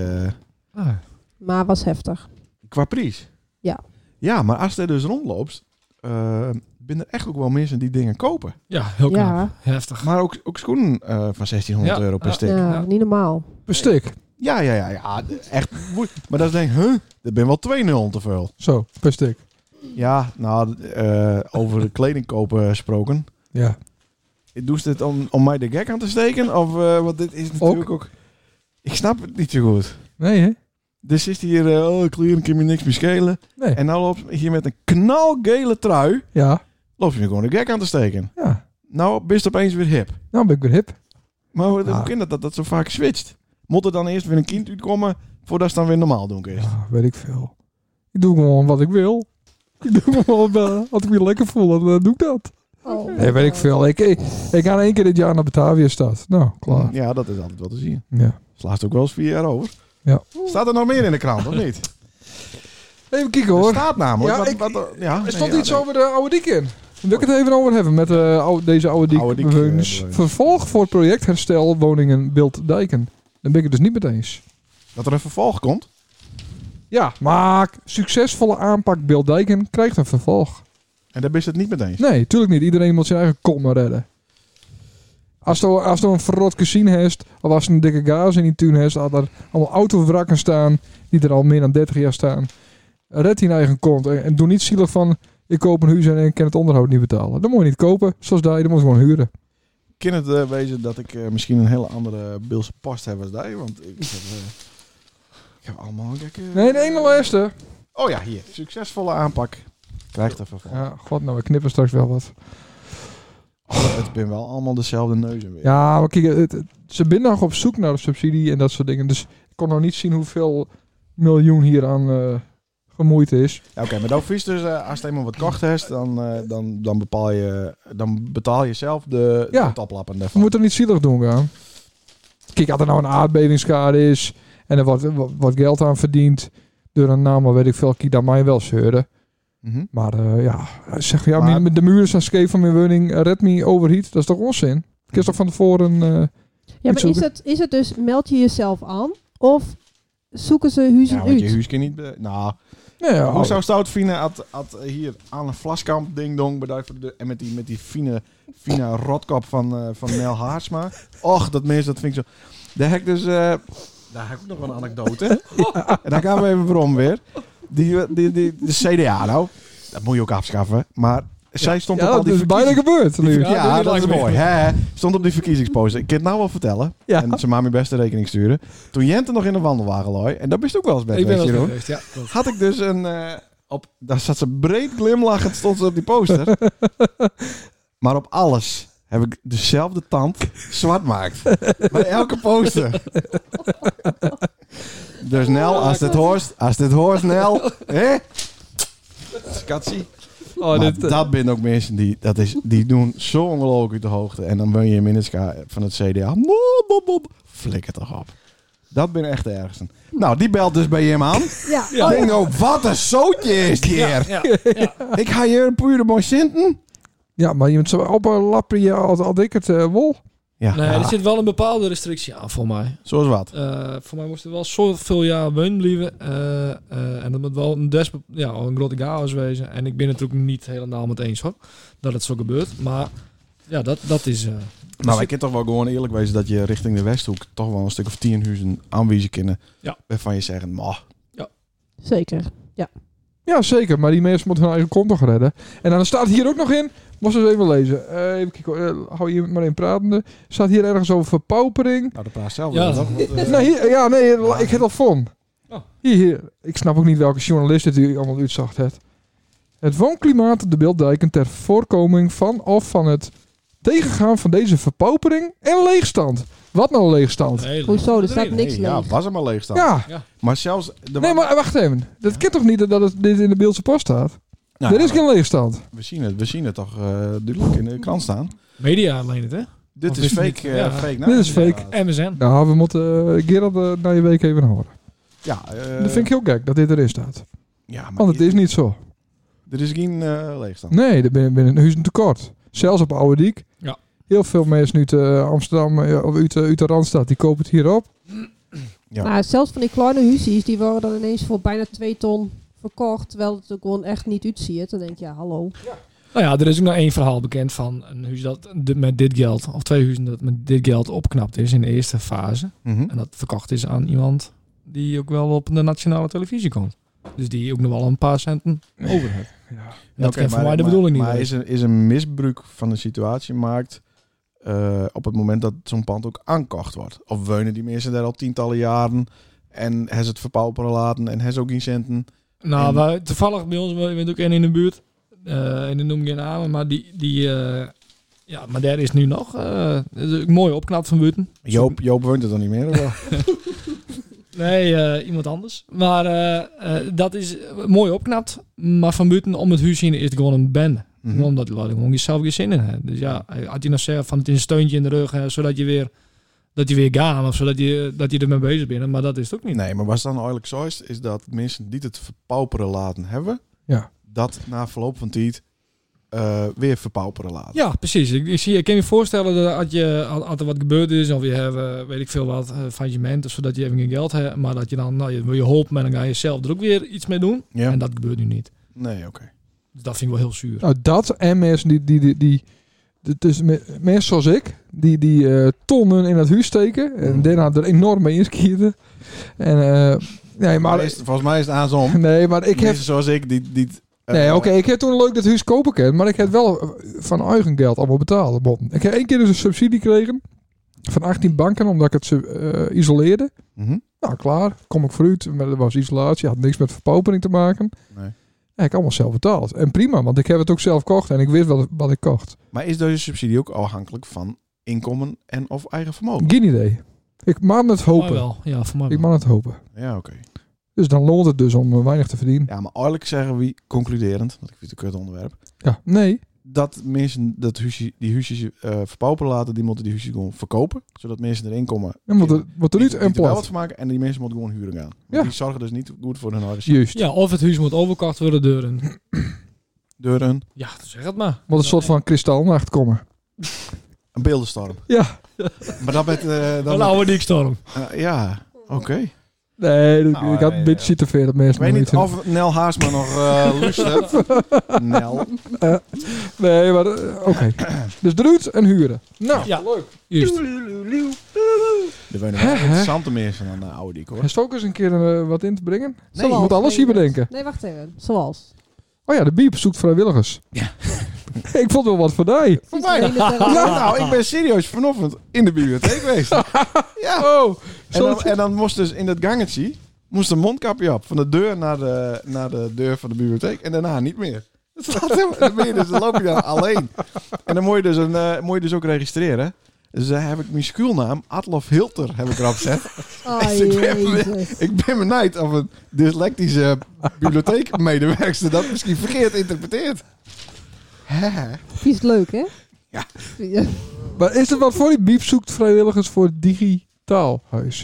Maar was heftig. Qua prijs? Ja. Ja, maar als je er dus rondloopt, ben er echt ook wel mensen die dingen kopen. Ja, heel knap. Ja. Heftig. Maar ook schoenen van €1600 per stuk. Ja, niet normaal. Per stuk? Ja, echt. Maar dat is denk ik, dat ben wel 2-0 te veel. Zo, per stuk. Ja, nou, over de kleding kopen gesproken. Ja. Doe je dit om mij de gek aan te steken? Of, want dit is natuurlijk ook... Ik snap het niet zo goed. Nee, hè? Dus is hier, kleren kan me niks meer schelen. Nee. En nou loop je hier met een knalgele trui. Ja. Loop je me gewoon de gek aan te steken. Ja. Nou, best opeens weer hip. Nou ben ik weer hip. Maar hoe kan dat zo vaak switcht? Moet er dan eerst weer een kind uitkomen voordat ze dan weer normaal doen kun? Ja, weet ik veel. Ik doe gewoon wat ik wil. Ik doe gewoon wat ik me lekker voel. En dan doe ik dat. Oh. Nee, weet ik veel. Ik ga 1 keer dit jaar naar Batavia-stad. Nou, klaar. Ja, dat is altijd wel te zien. Ja. Slaat ook wel eens 4 jaar over. Ja. Staat er nog meer in de krant, of niet? Even kijken hoor. Er staat namelijk. Er stond iets over de Oude Diek in. Daar wil ik het even over hebben met deze Oude Diek. Vervolg voor het project Herstel Woningen Beelddijken. Dan ben ik het dus niet met eens. Dat er een vervolg komt? Ja, maar succesvolle aanpak Beelddijken krijgt een vervolg. En daar ben je het niet mee eens? Nee, tuurlijk niet. Iedereen moet zijn eigen kop maar redden. Als je een verrot casino hebt, of als je een dikke gaas in die tuin hebt, als er allemaal autowrakken staan, die er al meer dan 30 jaar staan, red je eigen kont. En doe niet zielig van, ik koop een huis en ik kan het onderhoud niet betalen. Dat moet je niet kopen, zoals dat, je moet je gewoon huren. kan het wezen dat ik misschien een hele andere Beelse post heb als jij. Want ik heb allemaal gekke... Nee, de ene laatste. Oh ja, hier. Succesvolle aanpak. Krijgt er van. Ja, god, nou, we knippen straks wel wat. Het ben wel allemaal dezelfde neuzen weer. Ja, maar kijk, ze zijn nog op zoek naar de subsidie en dat soort dingen. Dus ik kon nog niet zien hoeveel miljoen hier aan gemoeid is. Ja, oké, maar dan vies dus als je eenmaal wat kocht hebt, dan betaal je zelf de toplappen We daarvan. moeten niet zielig doen gaan. Kijk, als er nou een aardbevingsschade is en er wordt wat geld aan verdiend door een naam, maar weet ik veel, kijk, dat mij wel zeuren. Mhm. Maar zeg ja, Maar- met de muren staan scheef van mijn woning, red me overheat, dat is toch onzin? Ik is toch van tevoren... Ja, maar zoeken. is het dus, meld je jezelf aan of zoeken ze huizen Ja, want je uit? huis kan niet... nee, ja, Hoe zou het stout vinden als hier aan een vlaskamp ding-dong bedrijf en met die fine rotkop van Nel Haarsma. Och, dat vind ik zo... Daar heb ik dus... daar heb ik nog wel een anekdote. En daar gaan we even waarom weer. De CDA nou, dat moet je ook afschaffen. Maar zij stond op al dat die is bijna gebeurd nu. Ja, dat is lijkt me mooi. Hè? Stond op die verkiezingsposter. Ik kan het nou wel vertellen. Ja. En ze maar mijn beste rekening sturen. Toen Jente nog in de wandelwagen lag. En dat bist ook wel eens bij Ik ben wel Jeroen. geweest, ja. klopt. Had ik dus daar zat ze breed glimlachend, stond ze op die poster. Maar op alles heb ik dezelfde tand zwart gemaakt. Bij elke poster. Dus Nel, als dit hoort, Nel. Hé? Skatsie. Oh, Maar dat zijn ook mensen die doen zo ongelooflijk uit de hoogte. En dan ben je in Minneska van het CDA. Flikker toch op. Dat ben echt de ergste. Nou, die belt dus bij hem aan. Ja. Ja. Ik denk ook, wat een zootje is het hier. Ja. Ik ga hier een pure mooi Sinten. Ja, maar je moet zo op een lapje als ik het wol. Ja, Nee, ja. er zit wel een bepaalde restrictie aan voor mij. Zoals wat? Voor mij moest er wel zoveel jaar wonen blijven. En dat moet wel een grote chaos wezen. En ik ben het ook niet helemaal met eens hoor. Dat het zo gebeurt. Maar ja, dat is... Nou, ik kan toch wel gewoon eerlijk wezen dat je richting de Westhoek toch wel een stuk of 10 huizen aanwijzen kunnen. Ja. Waarvan je zegt, Zeker. Ja, zeker. Maar die mensen moeten hun eigen kont nog redden. En dan staat hier ook nog in... Moest eens even lezen. Even kijken. Hou hier maar in pratende. Staat hier ergens over verpaupering. nou, de praat zelf Ja. wel, toch? Want, Nee, ik heb dat van. Oh. Hier. Ik snap ook niet welke journalist dit u allemaal uitzacht heeft. Het woonklimaat de Beelddijken ter voorkoming van het tegengaan van deze verpaupering en leegstand. Wat nou leegstand? Hoezo? Er staat niks ja, leeg. was er maar leeg staan. Ja. Maar zelfs... Nee, maar wacht even. Dat kan toch niet dat dit in de Beeldse Post staat? Nou, Er is geen leegstand. we zien het toch duidelijk in de krant staan. Media alleen het, hè? Dit Of is is het fake. niet? Ja. Fake Dit is fake. MSN. Nou, we moeten Gerard na je week even horen. Ja, Dat vind ik heel gek dat dit erin staat. ja, maar Want het is niet zo. er is geen leegstand. Nee, er ben een huis tekort. Zelfs op Oude Diek. Ja. Heel veel mensen uit Amsterdam of uit de Randstad, die kopen het hier op. Ja. Maar zelfs van die kleine huisjes, die worden dan ineens voor bijna 2 ton verkocht. Terwijl het er gewoon echt niet uitziet. Dan denk je, ja, hallo. Nou ja, er is ook nog één verhaal bekend van een huis dat met dit geld, of 2 huizen dat met dit geld opknapt is in de eerste fase. Mhm. En dat verkocht is aan iemand die ook wel op de nationale televisie komt. Dus die ook nog wel een paar centen over heeft. Ja. Dat Oké, kan voor mij de bedoeling niet Maar wezen. is een misbruik van de situatie maakt op het moment dat zo'n pand ook aankocht wordt? Of wonen die mensen daar al tientallen jaren en hebben ze het verpauperen laten en hebben ze ook geen centen? Nou, En- wij, toevallig bij ons, we hebben ook één in de buurt. En die noem ik geen namen, maar ja, maar daar is nu nog is ook mooi opknapt van buiten. Joop woont er dan niet meer? Of wel? Nee, iemand anders. Maar dat is mooi opknapt. Maar van buiten om het huis heen is het gewoon een bende. Mhm. Gewoon omdat je gewoon jezelf geen zin in hebt. Dus ja, had je nog zeggen van het is een steuntje in de rug, zodat je weer gaat of zodat je ermee bezig bent. Maar dat is het ook niet. Nee, maar wat dan eigenlijk zo is dat mensen die het verpauperen laten hebben, Ja. dat na verloop van tijd weer verpauperen laten. Ja, precies. Ik kan je voorstellen dat als er wat gebeurd is, of je hebt, weet ik veel wat, faillissement, of zodat je even geen geld hebt, maar dat je dan, nou, je wil je hulp, maar dan ga je zelf er ook weer iets mee doen. Ja. En dat gebeurt nu niet. Nee, oké. Dus dat vind ik wel heel zuur. Nou, dat en mensen die dus mensen zoals ik, die tonnen in het huis steken en daarna er enorm mee inskieten. En nee, maar Volgens mij is het aansom. nee, maar ik heb Mensen zoals ik die Nee, oké, ik heb toen leuk dat huis kopen kunnen, maar ik heb wel van eigen geld allemaal betaald. Ik heb 1 keer dus een subsidie gekregen van 18 banken, omdat ik het isoleerde. Mhm. Nou, klaar, kom ik vooruit, maar er was isolatie, had niks met verpaupering te maken. Nee. Ja, ik allemaal zelf betaald. En prima, want ik heb het ook zelf gekocht en ik wist wat ik kocht. Maar is deze subsidie ook afhankelijk van inkomen en of eigen vermogen? Geen idee. Ik mag het Voor mij hopen. wel. Ja, voor mij Ik wel. mag het hopen. Ja, oké. Dus dan loont het dus om weinig te verdienen. Ja, maar eigenlijk zeggen we concluderend, want ik vind het een kut onderwerp, Ja, nee. dat mensen die huisjes verpauperen laten, die moeten die huisjes gewoon verkopen, zodat mensen erin komen. Dan wordt er niet die en er wel wat plat. van maken en die mensen moeten gewoon huren gaan. Want Ja. die zorgen dus niet goed voor hun eigen Juist. Ja, of het huis moet overkocht worden door een... deuren. Ja, zeg het maar. Moet een soort van kristalnacht komen. Een beeldenstorm. Ja. Maar dat met... Een oude dikstorm. ja, oké. Nee, Nou, ik had een beetje te veel dat Ik mensen weet nog niet of Nel Haasma nog luistert. Nel. Nee, maar oké. Dus eruit en huren. Nou, Ja, leuk. Juist. Er zijn nog wel interessante mensen dan de oude dik, hoor. is het ook eens een keer wat in te brengen? Nee, je moet alles hier bedenken. Nee, wacht even. Zoals. Oh ja, de Biep zoekt vrijwilligers. Ja. Ik vond wel wat voor die. Voor mij? Nou, ik ben serieus vanochtend in de bibliotheek geweest. Ja. Oh, En dan moest dus in dat gangetje moest een mondkapje op. Van de deur naar de deur van de bibliotheek. En daarna niet meer. Dat staat helemaal, dan loop je dan alleen. En dan moet je dus ook registreren. Dus daar heb ik mijn schuilnaam, Adlof Hilter, heb ik erop gezet. Oh, Dus ik ben benijd of een dyslectische bibliotheekmedewerkster dat misschien verkeerd interpreteert. Vies leuk, hè? Ja. Ja. maar is er wat voor die Biep zoekt vrijwilligers voor het digitaal huis?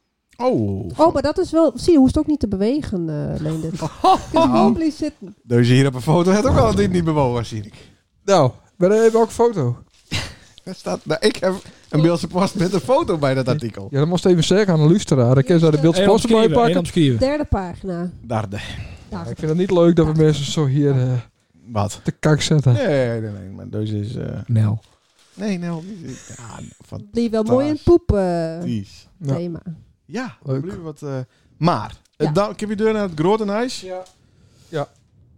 Oh, maar dat is wel... Zie je, hoeft het ook niet te bewegen, Leendert. Je kunt gewoon blijven zitten. Dus hier op een foto het ook wel dat dit niet bewogen, zie ik. Nou, maar dan hebben we ook een foto. Er staat, nou, ik heb een beeldse post met een foto bij dat artikel. Ja, dan moest even zeggen aan de luisteraar. Dan kun je de beeldse post erbij pakken. Opschrijven. Derde pagina. Daar de... Ja, ik vind het niet leuk dat we mensen zo hier Wat? te kak zetten. Nee, maar deze is... Nel. Nee, ja, van Blijf wel mooi in poep dies. Ja. thema. Ja, Leuk. leuk. Wat, maar, Ja. dan, ik heb je deur naar het grote huis. Ja.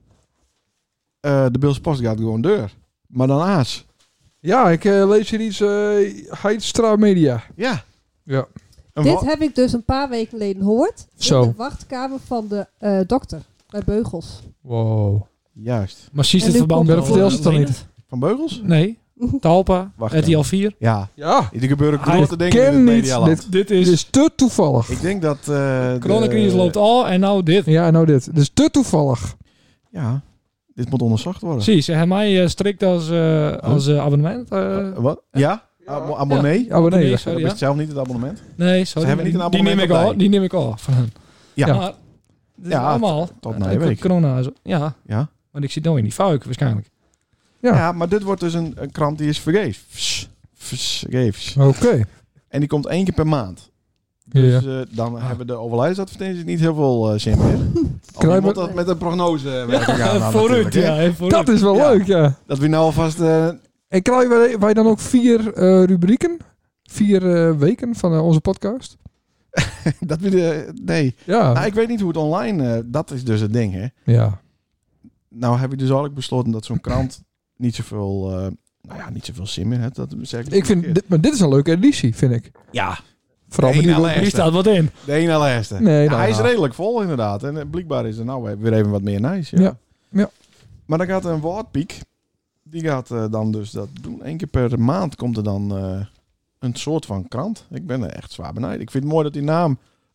De Beelse Post gaat gewoon deur. Maar dan aas. Ja, ik lees hier iets. Heidstra Media. Ja. Ja. Een Dit wa- heb ik dus een paar weken geleden gehoord. Zo. In de wachtkamer van de dokter. Bij Beugels. Wow. Juist. Maar zie je En het nu verband komt Maar vertel ze het dan niet. Van Beugels? Nee. Talpa. Wacht RTL 4. Ja. Ja. Er gebeuren Hij grote dingen in ken het niet. medialand. Dit Dit is... is te toevallig. Ik denk dat... Coronacrisis loopt al en nou dit. Ja, nou dit. Dit is te toevallig. Ja. Dit moet onderzocht worden. Zie, ze hebben mij strikt als abonnement. Wat? Ja? Abonnee? Ja, maar nee. sorry, Dat is ja. het zelf niet het abonnement. Nee, sorry. Ze hebben niet een die neem ik abonnement al. erbij. Die neem ik al van hen. Ja. Ja. Maar, dit is Ja, allemaal. tot na een week. Corona. Ja, Ja. want ik zit nou in die fuik waarschijnlijk. Ja. Ja, maar dit wordt dus een krant die is vergeefs. Oké. En die komt 1 keer per maand. Ja. Dus dan hebben de overlijdensadvertenties niet heel veel zin meer. Of je moet dat met een prognose werken gaan. dan Vooruit, natuurlijk, hè. ja. Vooruit. Dat is wel Ja. leuk, ja. Dat we nou alvast... En krijgen wij dan ook 4 rubrieken? 4 weken van onze podcast? dat we nee. Ja. Nou, ik weet niet hoe het online... dat is dus het ding, hè. Ja. Nou heb ik dus eigenlijk besloten dat zo'n krant niet zoveel... niet zoveel zin meer heeft. Dat zeg Ik vind, maar dit is een leuke editie, vind ik. Ja. Vooral Nee, met die nou, logo. Hier staat wat in. De ene allerergste. Nee, Ja, nou, hij is nou. redelijk vol inderdaad. En blijkbaar is er nou weer even wat meer nice. Ja. Ja. Maar dan gaat er een woordpiek. Die gaat dan dus dat doen. 1 keer per maand komt er dan een soort van krant. Ik ben er echt zwaar benijd. Ik vind het mooi dat die naam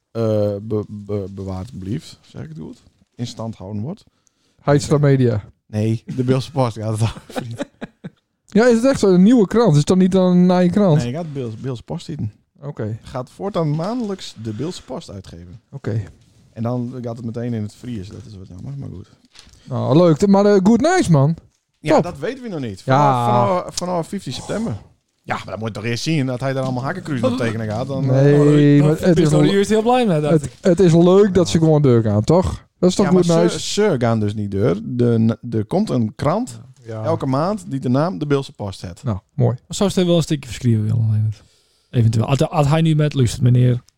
bewaard blijft. Zeg ik het goed? In stand houden wordt. Heidstra Media. Nee, de Beelse Post gaat het over. Ja, is het echt zo? Een nieuwe krant? Is het dan niet een naaie krant? Nee, gaat Beelse Post eten. Oké. Gaat voortaan maandelijks de Beelse Post uitgeven. Oké. En dan gaat het meteen in het Fries. Dat is wat jammer, maar goed. Nou, leuk. Maar good nice, man. Ja, Top. dat weten we nog niet. Ja. Vanaf 15 september. Ja, maar dan moet je toch eerst zien dat hij daar allemaal hakkenkruisen op tekenen gaat. Dan, Nee, maar Het is toch juist heel blij met dat. het is leuk dat ze gewoon deur gaan, toch? Dat is toch ja, maar good nice? ze gaan dus niet deur. Er komt een krant elke maand die de naam de Beelse Post heeft. Nou, mooi. Zou ze wel een stukje verschrijven willen? Eventueel. Als hij nu met luistert, meneer.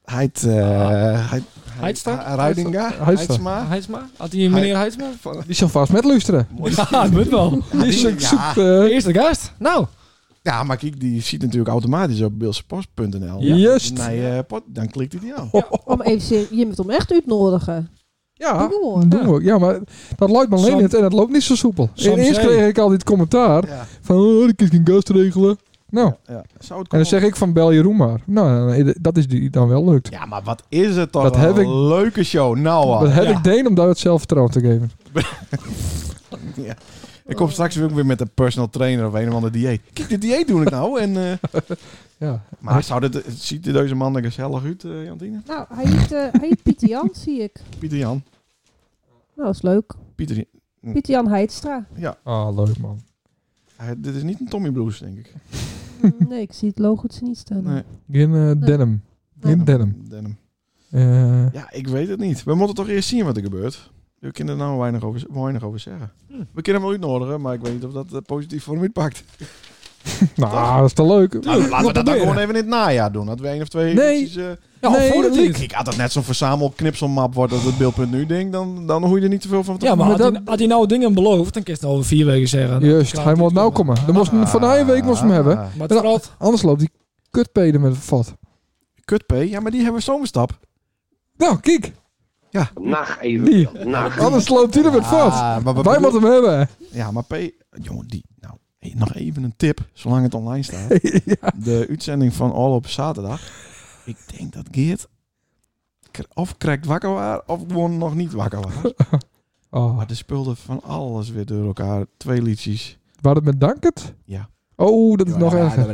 Reidinga. Heidsma. Heidsma? Had hij meneer Heidsma? Die zal vast met luisteren. Ja, het moet wel. Die zoekt... Eerste gast. Nou. Ja, maar kijk, die ziet natuurlijk automatisch op beeldspost.nl. Ja. Juist. Nee, dan klikt hij die aan. Om even je moet hem echt uitnodigen. Ja, Doe gewoon. doen we. Ja, maar dat luidt maar alleen niet en dat loopt niet zo soepel. Soms Eerst zei- kreeg ik altijd commentaar Ja. van, oh, ik kan geen gast regelen. Nou, Ja. Zou het en dan zeg ik van, bel Jeroen maar. Nou, nee, dat is die dan wel lukt. Ja, maar wat is het toch Dat een heb ik- leuke show. Nou al. Dat heb Ja. ik deed om daar het zelfvertrouwen te geven. Ja. Ik kom straks weer met een personal trainer of een of ander dieet. Kijk, dit dieet doe ik nou. En, Ja. maar ziet deze man er gezellig uit, Jantine? Nou, hij heet Pieter Jan, zie ik. Pieter Jan. Nou, dat is leuk. Pieter Pieter Jan Heidstra. Ah, leuk man. dit is niet een Tommy Blues, denk ik. Nee, ik zie het logootje niet staan. Nee. Geen denim. Geen denim. Denim. Eh, Ja, ik weet het niet. We moeten toch eerst zien wat er gebeurt. We kunnen er nou weinig over zeggen. We kunnen hem wel uitnodigen, maar ik weet niet of dat positief voor hem uitpakt. nou, dat is toch leuk? Nou, laten we dat dan proberen. gewoon even in het najaar doen. Dat we 1 of 2 Nee. edities, Ja, Nee, voor dat het lied. Ik had het net zo'n verzamelknipselmap wordt als het beeld.nu ding, dan hoef je er niet te veel van te Ja, maar Maar had hij nou dingen beloofd, dan kun je het over 4 weken zeggen. Juist, Klaar, hij moet het nou komen. komen. Dan moest van een week moest hem hebben. Maar het vooral... Anders loopt die kutpeden met het vat. Kutp, ja, maar die hebben we zo'n stap. Nou, kijk. Nacht Die. evenbeeld. Nacht. Anders loopt hij er met vat. maar Wij moeten hem hebben. Ja, maar P... Jongen, nou, nog even een tip, zolang het online staat. Ja. De uitzending van All op zaterdag. Ik denk dat Geert of correct wakker was, of gewoon nog niet wakker was. Oh, Maar er speelde van alles weer door elkaar. 2 liedjes. waar het met Dankert? Ja. Oh, dat is nog erger.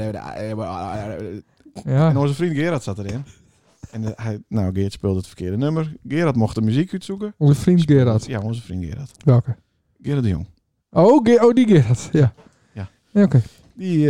En Ja. onze vriend Gerard zat erin. En Geert speelde het verkeerde nummer. Gerard mocht de muziek uitzoeken. Onze vriend Gerard. Ja, onze vriend Gerard. Welke? Gerard de Jong. Oh, die Gerard. Ja. Ja. Ja, oké. Die...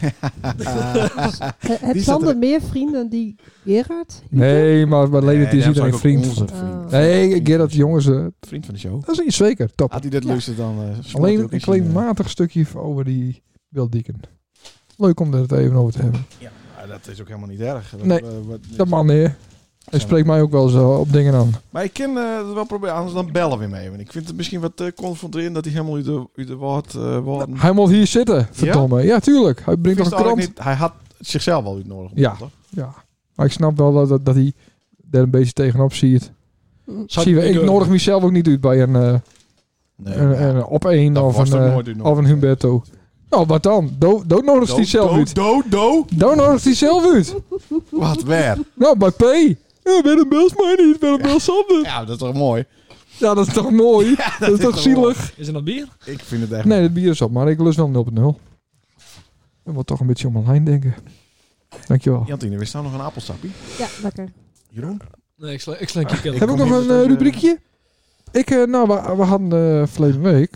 Heb Die zat Sander er- meer vrienden die Gerard? Nee, maar alleen het is daarom iedereen zou ik ook vriend. onze Oh. Nee, Gerard, jongens, vriend van de show. dat is iets zeker. Top. Had hij dit luistert, dan... smolt hij Alleen ook een iets klein in, matig stukje over die Wilddieken. Leuk om er het even over te hebben. Ja, dat is ook helemaal niet erg. Nee, Dat man, nee. Hij spreekt mij ook wel zo op dingen aan. Maar ik kan het wel proberen, anders dan bellen we mee. Want ik vind het misschien wat confronterend dat hij helemaal uit de woorden... Hij moet hier zitten, verdomme. Ja, tuurlijk. Hij brengt toch Wist een eigenlijk krant. niet, hij had zichzelf wel uitnodigd. Ja. toch? Ja. Maar ik snap wel dat hij er een beetje tegenop ziet. Zie je, ik nodig mezelf ook niet uit bij een op één Dat of was toch een, nooit uitnodigd. of een Humberto. Nou, wat dan? Dood nodigt hij zelf uit. Dood. Dood nodigt hij zelf uit. Wat weer? Nou, bij P. Ja, ben een Bels mij niet, ben een Bels Sander. Ja, dat is toch mooi? Ja, dat is toch mooi? dat is toch toch zielig? Is er nog bier? Ik vind het echt... Nee, het bier is op, maar ik lust wel 0.0. Ik moet toch een beetje om mijn lijn denken. Dankjewel. Jantine, wist nou nog een appelsappie? ja, lekker. Jeroen? Nee, ik sla een kikker. Heb ik kom nog hier een met deze- rubriekje? We hadden verleden week...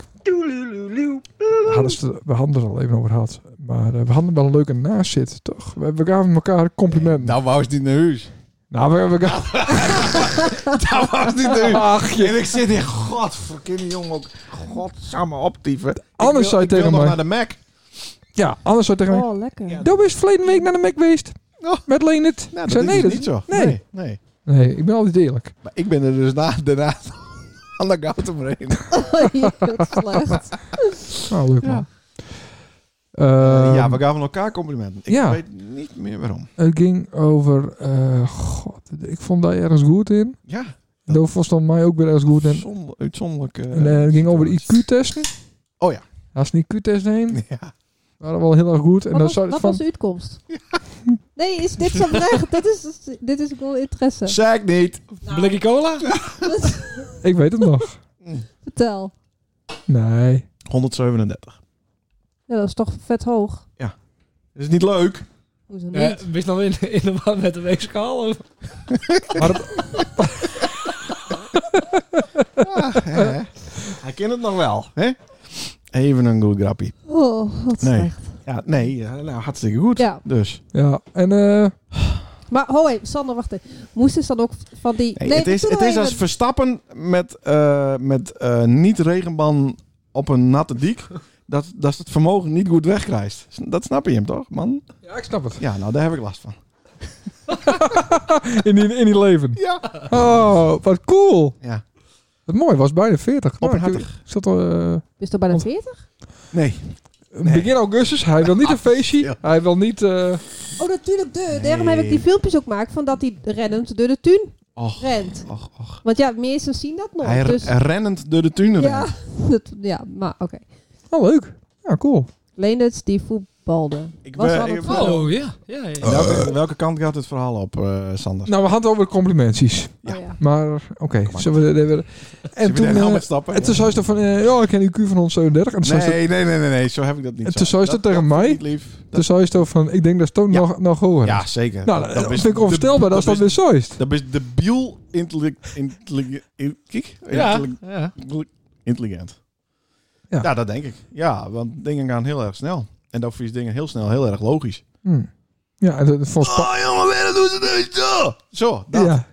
We hadden er al even over gehad. Maar we hadden wel een leuke nazit, toch? We gaven elkaar complimenten. Nou, wou het niet naar huis. Nou, we gaven... Nou, wou het niet naar huis. Ach, En ik zit hier, godverdomme jongen, ook godsamme optieven. Anders zou je tegen Ik wil mij- nog naar de Mac. Ja, anders zou je tegen mij... Oh, lekker. Ja. Dat is verleden week naar de Mac geweest. Oh. Met Leendert. Nou, Ik dat zei, is nee, dus dat niet zo. Nee. Nee. Nee, ik ben altijd eerlijk. Maar ik ben er dus daarna aan de gouden heen. Ja, dat is slecht. Nou, leuk Ja. man. Ja, we gaven elkaar complimenten. Ik ja. weet niet meer waarom. Het ging over... God, ik vond daar ergens goed in. Ja. Dat vond mij ook weer ergens goed in. Uitzonderlijk. En het ging over de IQ-testen. Oh ja. Als een IQ-test heen, Ja. waren wel heel erg goed. En dan Wat zou was, het wat van... was de uitkomst? Nee, is dit zo oprecht? Dit is gewoon interesse. Zeg niet. Blikje cola? Ik weet het nog. Vertel. Nee. 137. Ja, dat is toch vet hoog. Is niet leuk? Hoezo niet? Wist nou in de war met de weegschaal? Of? Maar het, Hij kent het nog wel, hè? Even een goed grappie. Oh, wat Nee. slecht. Ja, nee, nou, hartstikke goed. Ja. Dus. ja, en Maar ho even, Sander, wacht even. Moest het dan ook van die... Nee, het is doe nou als even. Verstappen met niet-regenban op een natte diek. Dat het vermogen niet goed wegkrijgt. Dat snap je hem toch, man? ja, ik snap het. Ja, nou, daar heb ik last van. in die leven. Ja. Oh, wat cool. Ja. Wat mooi, was bijna 40. Openhartig. Zat al, Is het toch bijna 40? Nee. begin augustus. Hij wil niet een feestje. Ja. Hij wil niet... Oh, natuurlijk. Daarom heb ik die filmpjes ook gemaakt van dat hij rennend door de tuin rent. Och. Want ja, mensen zien dat nog. Hij dus, rennend door de tuin ja, rent. maar oké. Oh, leuk. Ja, cool. Leendert die voetbalde. Ik Was ben- al ik- het verhaal. Oh, ja. Welke kant gaat het verhaal op, Sander? Nou, we hadden het over complimenties. Oh, ja. Maar, oké. maar. Zullen we er weer... En toen... nou met stappen? En toen zei ze van... ja, ik ken IQ van 137. En toen zei ze... Nee, zo heb ik dat niet. En toen zei ze tegen mij... vind ik lief. Toen zei ze van... Ik denk dat Stoon Ja. nog hoger is. Ja, zeker. Nou, dat vind ik onvoorstelbaar dat dat weer zo is. Dat is debiel intelligent. Ja. Ja, dat denk ik. Ja, want dingen gaan heel erg snel. En dan vies dingen heel snel heel erg logisch. Ja, en dat vond Spa... jongen, waarom doen ze dat zo? Zo, dat. Ja.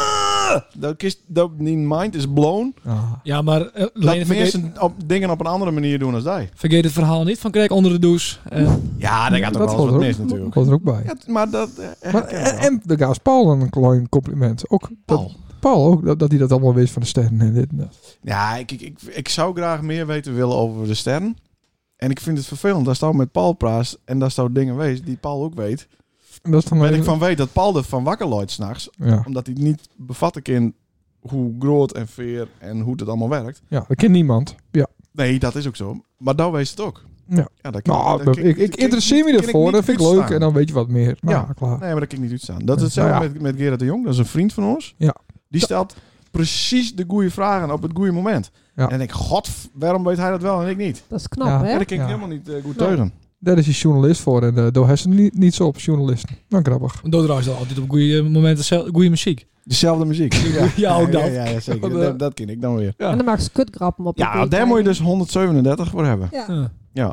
Dat die mind is blown. Ah. Ja, maar Dat Lene, mensen dingen op een andere manier doen als jij. vergeet het verhaal niet van Krijg onder de douche. Ja, daar gaat toch Dat wel eens hoort wat er mis ook- natuurlijk. hoort er ook bij. Ja, maar dat... Maar, en de gaas Paul een klein compliment. Ook Paul. Paul ook, dat hij dat allemaal wist van de sterren en dit en dat. Ja, ik zou graag meer weten willen over de sterren. En ik vind het vervelend. Daar staat met Paul praat en daar staan dingen wees die Paul ook weet. En dat is dan Waar ik van weet dat Paul er van wakker loopt 's nachts. Ja. Omdat hij niet bevatten kan hoe groot en veer en hoe het allemaal werkt. Ja, dat kent niemand. Ja. Nee, dat is ook zo. Maar daar weet het ook. Ja. Dat Nou, ik interesseer me ervoor. Dat vind ik leuk. En dan weet je wat meer. Nou, Ja. klaar. Nee, maar dat kan ik niet uitstaan. Dat is Ja. hetzelfde Nou met Gerard de Jong. Dat is een vriend van ons. Ja. Die stelt precies de goede vragen op het goede moment. Ja. En dan denk ik, god, waarom weet hij dat wel en ik niet? Dat is knap, Ja. hè? Ja, dat kan ik Ja. helemaal niet goed Nee. teugen. Daar is hij journalist voor. En daar heeft ze niet zo op journalisten. Nou, grappig. Doodra is altijd op goede momenten goede muziek. Dezelfde muziek. Ja, ook dat. Ja, zeker. Want, Dat ken ik dan weer. Ja. En dan maak ze kutgrappen op. Ja, daar moet je dus 137 voor hebben. Ja. Ja. Ja.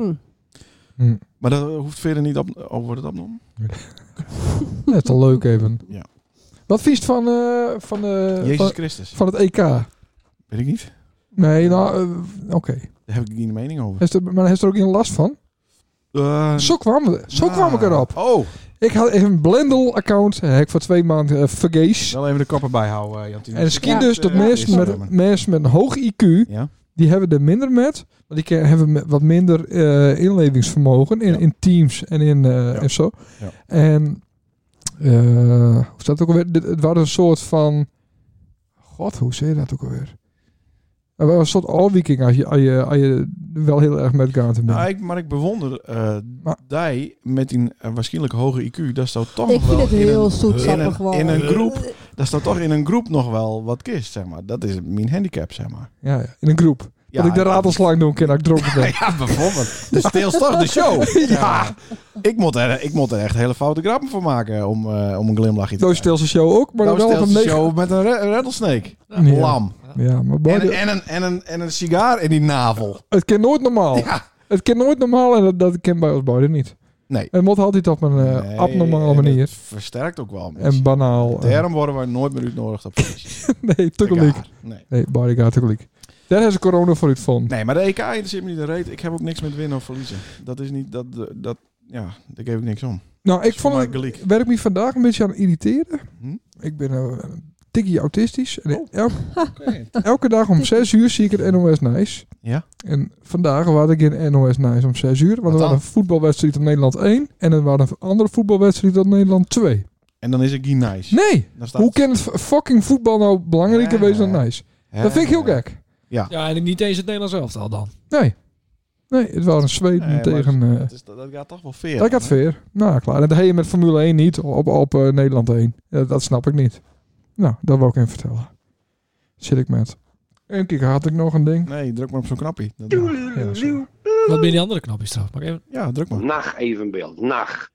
Hm. Maar dat hoeft verder niet op... Oh, wordt het opgenomen? Dat is toch leuk even. Ja. Wat vies het van Jezus Christus. van het EK? Weet ik niet. Nee, nou, oké. Daar heb ik geen mening over. Maar heeft er ook geen last van? Zo kwam ik erop. Oh, Ik had even een Blendel-account. Heb ik voor 2 maanden vergees. wel even de koppen bijhouden, Jantien. En het schiet Ja. dus dat mensen met een hoog IQ, Ja. die hebben er minder met. Want die hebben wat minder inlevingsvermogen in teams en en zo. Ja. En hoe staat het ook alweer? Het was een soort van... God, hoe zeg je dat ook alweer? Het was een soort all-weeking als je wel heel erg met elkaar te bent. Nou, maar ik bewonder die met die waarschijnlijk hoge IQ. Dat staat toch Ik nog vind wel het heel zoetsappig in gewoon. een groep. Dat staat toch in een groep nog wel wat kist, zeg maar. Dat is mijn handicap, zeg maar. Ja, in een groep. Ja, dat ik de ratelslang doen kan als ik dronken ben. Ja, bijvoorbeeld. De steelst toch de show. Ja. Ik moet er echt hele foute grappen voor maken om een glimlachje te Zo krijgen. stel ze show ook, maar dan wel op een Steelse negen. show met een rattlesnake. Ja. Lam. Ja, maar boy, En een sigaar in die navel. het kan nooit normaal. Ja. Het kan nooit normaal en dat kan bij ons beiden niet. Nee. Het moet altijd op een Nee, abnormale en manier. het versterkt ook wel. En banaal. Daarom worden wij nooit meer uitgenodigd op feestjes. Nee, tegelijk. Nee. Nee, bodyguard tegelijk. Daar hebben ze corona voor uit van. Nee, maar de EK interesseert me niet de reet. Ik heb ook niks met winnen of verliezen. Dat is niet... Ja, daar geef ik niks om. Nou, ik is voor vond mij het gelijk. werk me vandaag een beetje aan het irriteren. Hm? Ik ben een tikkie autistisch. En Oh. elke dag om 6 uur zie ik het NOS Nice. Ja? En vandaag was ik in NOS Nice om 6 uur. Want er dan? was een voetbalwedstrijd op Nederland 1. En er was een andere voetbalwedstrijd op Nederland 2. En dan is het geen nice. Nee! Dan staat Hoe kan het fucking voetbal nou belangrijker wezen dan Nice? Dat vind ik heel gek. Ja. Ja, en niet eens het Nederlands elftal dan. Nee. Nee, het was een Zweden Nee, tegen... maar dat gaat toch wel veer. dat gaat veer. Nou, klaar. En dat heb je met Formule 1 niet op Nederland 1. Dat snap ik niet. Nou, dat wil ik even vertellen. Zit ik met. En kijk, had ik nog een ding? Nee, druk maar op zo'n knappie. Ja, sorry. Wat ben die andere knopjes trouwens? Mag ik even... Ja, druk maar. Nacht evenbeeld. Nacht.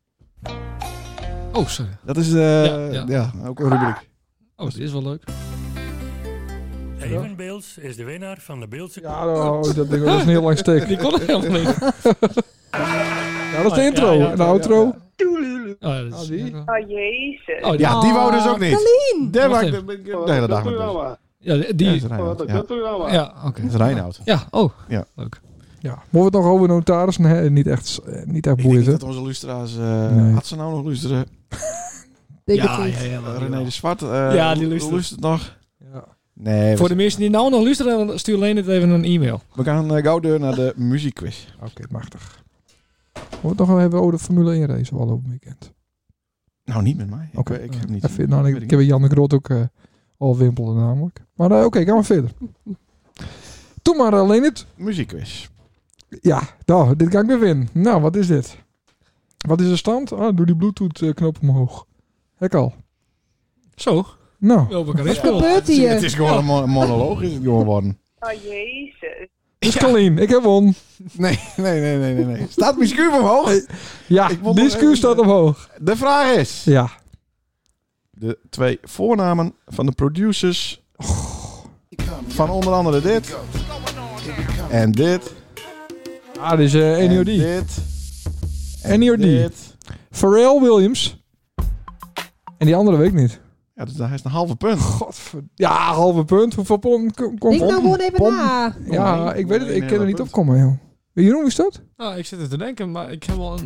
Oh, sorry. Dat is Ja. ook een rubriek. Oh, dit is wel leuk. Evenbeelds is de winnaar van de Beeldse... Ja, dat ding dat is een heel lang steek. Die kon ik helemaal niet. Ja, dat is de intro. Ja, ja, en de outro. Oh, ja, dat is... die? Oh, jezus. Oh, die, Ja, die wou dus ook niet. Kalien! Daar Wacht maak ik even. de hele dag met dus. ja, Ja, die... dat is Reinoud. Ja, Ja, oké. dat is Reinoud. Ja, oh. Ja. Leuk. Ja, moeten we het nog over notarissen? Hè? Niet echt Ik denk boeiend, hè? dat onze luisteraars... Nee. Had ze nou nog luisteren? Denk Ja, het niet. ja, René de Zwart. Ja, die luistert. nog. Ja. Nee, Voor de mensen die nou nog luisteren, stuur alleen het even een e-mail. we gaan gauw door naar de muziekquiz. Oké, machtig. We toch wel hebben over de Formule 1 race al op het weekend. Nou, niet met mij. Oké. Ik heb niet. Even, nou, weet ik heb Jan de Groot ook al wimpelen namelijk. Maar oké, gaan we verder. Doe maar alleen het. Muziekquiz. Ja, nou, dit kan ik weer winnen. Nou, wat is dit? Wat is de stand? Doe die Bluetooth knop omhoog. Hek al. Zo, Nou, we elkaar Wat inspelen. gebeurt Het hier? is gewoon een monoloog, is het gewoon geworden. Oh jezus. dus Colleen, ik heb won. Nee. Staat mijn schuur omhoog? Ja, Ik won die nog skew even- staat omhoog. De vraag is... Ja. De 2 voornamen van de producers van onder andere dit. En dit. Ah, dit is En NEOD. dit. NEOD. Dit. Pharrell Williams. En die andere weet ik niet. Ja, dus daar is een halve punt. Ja, halve punt. Hoeveel pond komt Denk nou gewoon even na. Ja, ik weet het. Ik kan er niet punt. opkomen, joh. Jeroen, hoe is dat? Nou, ik zit er te denken, maar ik heb wel een...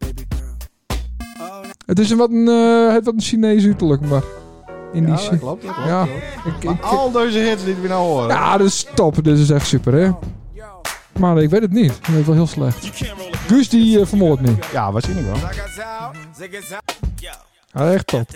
Het is wat een Chinees uiterlijk, maar... Indisch. Ja, dat klopt. Dat klopt. Ja. Maar al deze hits die we nou horen. Ja, dat is top. Dit is echt super, hè? Maar ik weet het niet. Ik weet het wel heel slecht. Guus die vermoordt me. Ja, waarschijnlijk wel. Ja, echt top.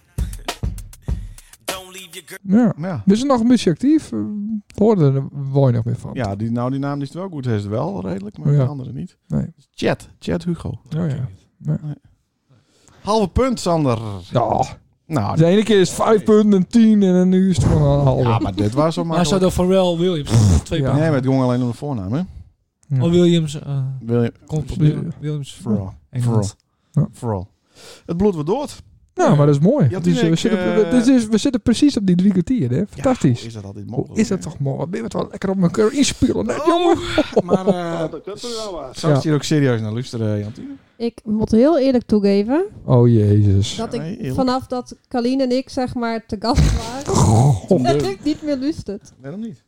Ja. Ja, Dit is nog een beetje actief. Hoorde er woon je nog meer van. ja die naam is wel goed. Hij is wel redelijk, maar Oh, ja. de andere niet. Nee. Chat Hugo. Oh ja. Halve punt, Sander. Ja. Nou, De ene keer is 5 punten en 10 en nu is het gewoon een halve. ja, maar dit was zo Maar zou makkelijk. de Pharrell Williams 2 Ja. punten. Nee, maar het ging alleen om de voornaam, hè? Ja. Oh, Williams. Komt op Ja. Williams. Vooral. Engeland. Vooral. Het bloed wordt dood. Nou, maar dat is mooi. Ja, Dus, we zitten precies op die 3 kwartier, hè? Fantastisch. Ja, is dat altijd Hoe mogelijk? is dat toch mooi? Ben je het wel lekker op elkaar inspelen, hè, jongen? Maar Dat kutprogramma. zou je hier ook serieus naar luisteren, Jantine? Ik moet heel eerlijk toegeven Oh, jezus. dat Nee, ik eerlijk. vanaf dat Colleen en ik zeg maar te gast waren, Oh, dat ik niet meer lusterd. Waarom niet?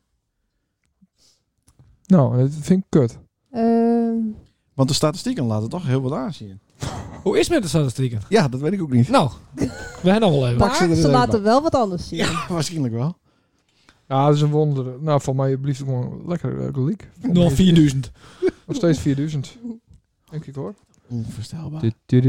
nou, dat vind ik kut. Want de statistieken laten toch heel wat aanzien. Hoe is het met de statistieken? Ja, dat weet ik ook niet. Nou, we hebben nog wel even. Pak ze er Maar eens ze even laten wel wat anders zien. Ja, waarschijnlijk wel. Ja, dat is een wonder. Nou, voor mij blijft het gewoon lekker gelijk. Nog 4000. Nog steeds 4000. Denk ik, hoor. Onvoorstelbaar.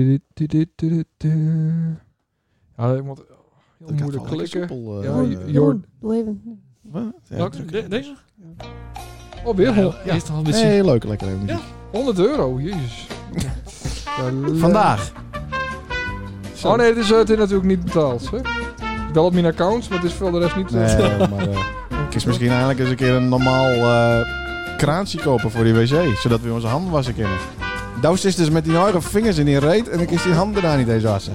Ja, ik moet heel Dat gaat moeilijk wel lekker klikken. soepel, Ja, eh, Jord. Doe even. wat? Ja, Welke? druk. Deze? Oh, weer Ja, is toch een beetje... Nee, leuk, lekker even muziek. €100. Jezus. Vandaag. Oh nee, het is natuurlijk niet betaald. Hè? Wel op mijn account, maar het is veel de rest niet. Nee, maar ik is misschien eigenlijk eens een keer een normaal kraansje kopen voor die wc. Zodat we onze handen wassen kunnen. Douws is dus met die eigen vingers in die reet en ik is die handen daar niet eens wassen.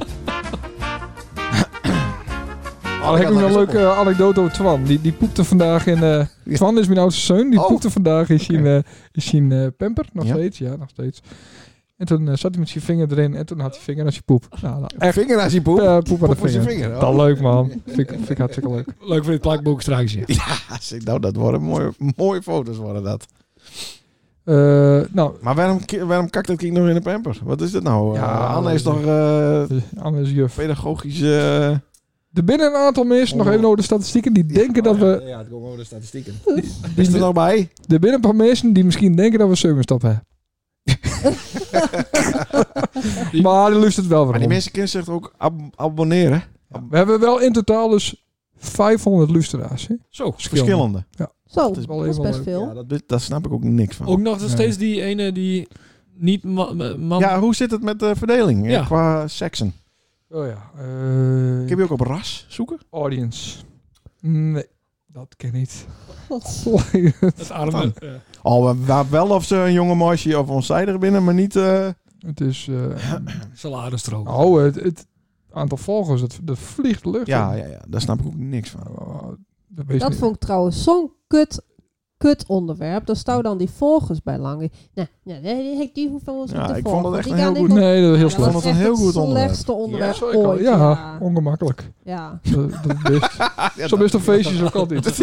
Oh, ik heb nog een leuke anekdote over Twan. Die poepte vandaag in... Twan is mijn oudste zoon. Die Oh. poepte vandaag in zijn pamper. Nog Ja. steeds. Ja, nog steeds. En toen zat hij met zijn vinger erin. En toen had hij vinger als hij poep. Nou, echt Vinger als je poep. poep aan de Poep voor zijn vinger. vinger. Dat leuk, man. Vind ik hartstikke leuk. Leuk voor dit plakboek straks. Ja. Ja, zeg, nou, dat worden mooie foto's worden dat. Nou, Maar waarom kakt dat kind nog in de pamper? Wat is dit nou? Ja, Anne is toch Anne is juf. pedagogische... Er binnen een aantal mensen, nog even over de statistieken, die denken dat we... Ja, het komt over de statistieken. Is er nog bij? Er binnen een paar mensen die misschien denken dat we zomerstap hebben. Maar die lust het wel Maar die voor mensen kunnen zich ook abonneren. We hebben wel in totaal dus 500 luisteraars. Hè? Zo. Verschillende. Zo, Dat dat is is, wel even best leuk. veel. Ja, daar snap ik ook niks van. Ook nog Nee. steeds die ene die niet man... Ja, hoe zit het met de verdeling Ja. qua seksen? Oh ja. Kun je ook op ras zoeken? Audience. Nee, dat ken ik niet. Het arme... Oh, wel of ze een jonge meisje of onzijdig binnen, maar niet... Het is... Saladenstrook. oh, het aantal volgers, dat vliegt de lucht Ja, in. ja, daar snap ik ook niks van. Dat weet Dat niet. vond ik trouwens zo'n kut onderwerp. Daar staan dan die volgers bij lang. Nou, die hoeveel is Ja, de ik vond het volgers? echt Die een gaan heel in goed- de- Nee, dat is heel Ik vond slecht. het een heel goed onderwerp. slechtste onderwerp Ja, sorry, ooit. ja, ongemakkelijk. Ja. Dat best. Zo best op feestjes ook altijd.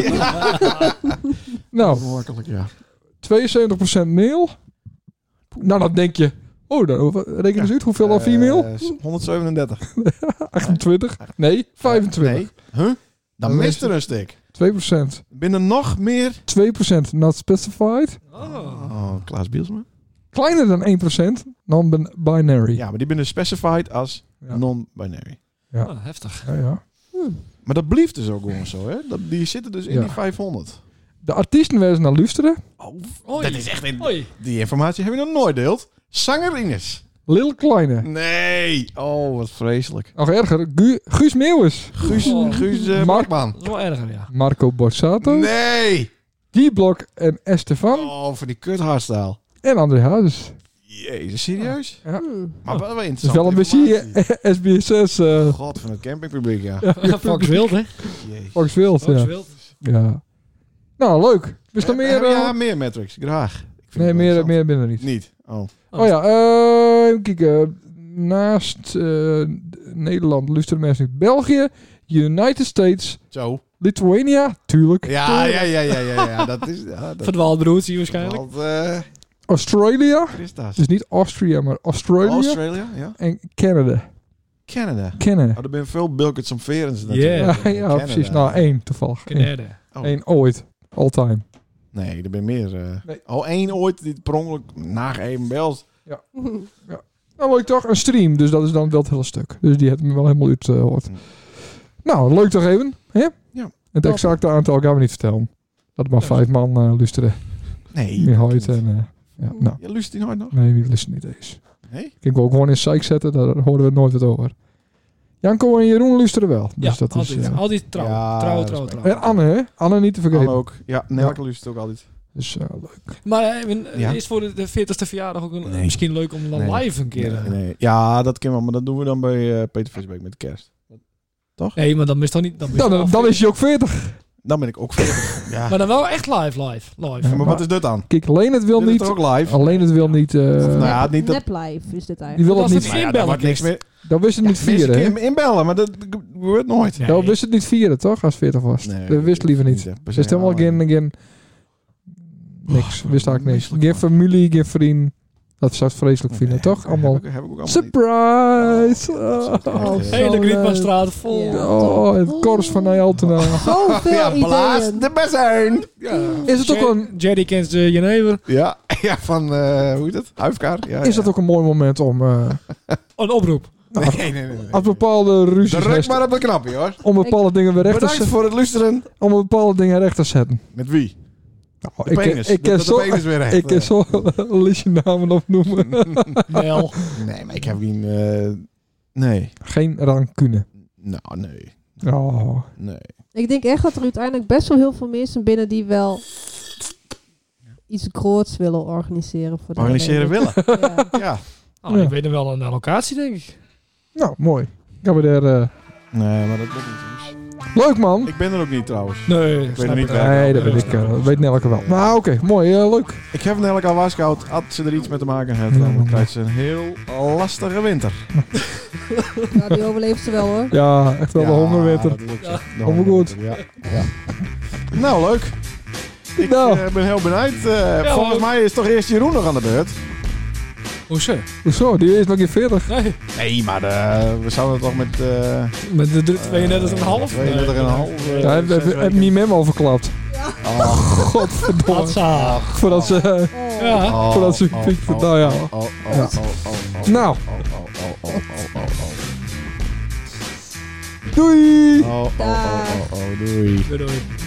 Nou, Ongemakkelijk, ja. 72% mail. Nou, dan denk je, Oh, dan reken eens uit. Hoeveel al female? 137. 28? Nee, 25. Nee. Huh? Dan mist er een stuk. 2%. Binnen nog meer... 2% not specified. Oh, Klaas Bielsma. Kleiner dan 1% non-binary. Ja, maar die binnen specified als Ja. non-binary. Ja. Ah, heftig. Ja. Maar dat blieft dus ook gewoon zo, hè? Die zitten dus in Ja. die 500. De artiesten werden naar luisteren. Oh, dat is echt... Hoi. Die informatie heb je nog nooit deeld. Zangerines. Lil Kleine. Nee. Oh, wat vreselijk. Nog erger. Guus Meeuwis. Guus Mark- Markman. Dat is wel erger, ja. Marco Borsato. Nee. G-Block en Estefan. Oh, voor die kut hardstyle. En André Hazes. Jezus, serieus? Ja. Maar wel Het is interessant. wel een beetje SBSS. God, van het campingpubliek, ja. Fox Wild, hè? Jee. Fox Wild. Fox Ja. Wild. Ja. Nou, leuk. Is er meer? Ja, meer Matrix. Graag. Ik vind Nee, het wel interessant. meer binnen niet. Niet. Oh. Oh ja, even kijken. Naast Nederland luisteren mensen uit België, United States, Zo. Lithuania, tuurlijk. Ja. Dat is... Ja, dat Verdwaald broertje waarschijnlijk. valt, Australia, Christus. dus niet Austria, maar Australia. Australia, ja. En Canada. Canada. Canada. Oh, er zijn veel Bilkets om Verens. Ja, precies. Nou, 1 toevallig. Canada. Oh. 1 ooit. All time. Nee, er zijn meer. Nee. Al één ooit die per ongeluk na even belt. Nou, leuk toch? Een stream, dus dat is dan wel het hele stuk. Dus die heeft me wel helemaal uit gehoord. Nou, leuk toch even? Hè? Ja. Het exacte aantal gaan we niet vertellen. Dat er maar 5 man luisteren. Nee. Meer hoort en... ja, nou. Je luistert die nooit nog? Nee, wie luistert niet eens. Nee? Ik wil gewoon in psych zetten, daar horen we nooit wat over. Janko en Jeroen luisteren wel. Dus Ja, dat is, altijd. Altijd trouw. Ja, Trouw. respect. En Anne, hè? Anne niet te vergeten. Anne ook. Ja, Nelke luistert ook altijd. Dus leuk. Maar Ja. is voor de 40ste verjaardag ook Nee. misschien leuk om dan Nee. live een keer... Nee. Ja, dat kan wel, maar dat doen we dan bij Peter Visbeek met de kerst. Nee, maar dan is toch niet... Dan is je ook 40. Dan ben ik ook 40. Ja. Maar dan wel echt live. Ja, maar wat is dit dan? Kijk, alleen het wil Dit is niet... toch ook live? Alleen het wil niet... Nou ja, niet dat... Neplife is dit die eigenlijk. wil het Dat niet... is Maar het ja, daar wordt niks inbellen. meer. Dat wist het niet Mensen vieren, hè? kunnen inbellen, maar dat gebeurt nooit. Nee. Dat wist het niet vieren, toch? Als 40 was. Nee, Dat wist liever niet. echt. Wist helemaal geen... Niks. Wist eigenlijk niks. Geen familie, geen vriend. Dat zou het vreselijk vinden, toch? Allemaal... Heb ik ook allemaal niet. Surprise! Oh, Hele zo Grietmanstraat vol. Ja. Oh, het korps van Nijltena. Zoveel Ja, blaas ideeën. de bezijn. Is het ook een... Jerry kent Jenever. Ja, ja, van, hoe heet het? Huifkaar. Ja, Is dat ook een mooi moment om... Een oproep. Nee. als bepaalde ruzies... Druk maar op het knopje, hoor. om bepaalde dingen weer recht te Bedankt zetten. voor het luisteren. Om bepaalde dingen recht te zetten. Met wie? Nou, De penis. ik ken de zo... penis weer recht. Ik kan zo een listje namen opnoemen. Nel. Nee, maar ik heb geen... nee. Geen rancune. Nou, nee. Oh. Nee. Ik denk echt dat er uiteindelijk best wel heel veel mensen binnen die wel iets groots willen organiseren. Voor de Organiseren willen. Ja. Ja. Oh, Ja. Ik weet er wel een locatie, denk ik. Nou, mooi. Gaan we daar... Nee, maar dat lukt niet. jongens. Leuk, man. Ik ben er ook niet, trouwens. Nee, Ik weet het niet. Nee, dat weet ik. Dat weet Nelke wel. Nou, oké. Mooi. Leuk. Ik heb het eigenlijk al waarschuwd. Als ze er iets mee te maken heeft, dan krijgt ze een heel lastige winter. Nou, die overleeft ze wel hoor. Ja, echt wel de hongerwitter. dat lukt ze. De Allemaal goed. hongerwitter, Ja. Nou, leuk. Ik Nou. ben heel benieuwd. Volgens hoor. mij is toch eerst Jeroen nog aan de beurt. Hoezo? Hoezo? Die is nog in 40. Nee, Nee, maar we zouden toch met... met de 32,5. 32,5. Ja, heb niet memo verklapt. Oh. Godverdomme. Hatsa. Voordat ze... Oh. Ja. Voordat ze piekt. Nou ja. Ja. Nou. Doei! Doei. Doei, doei.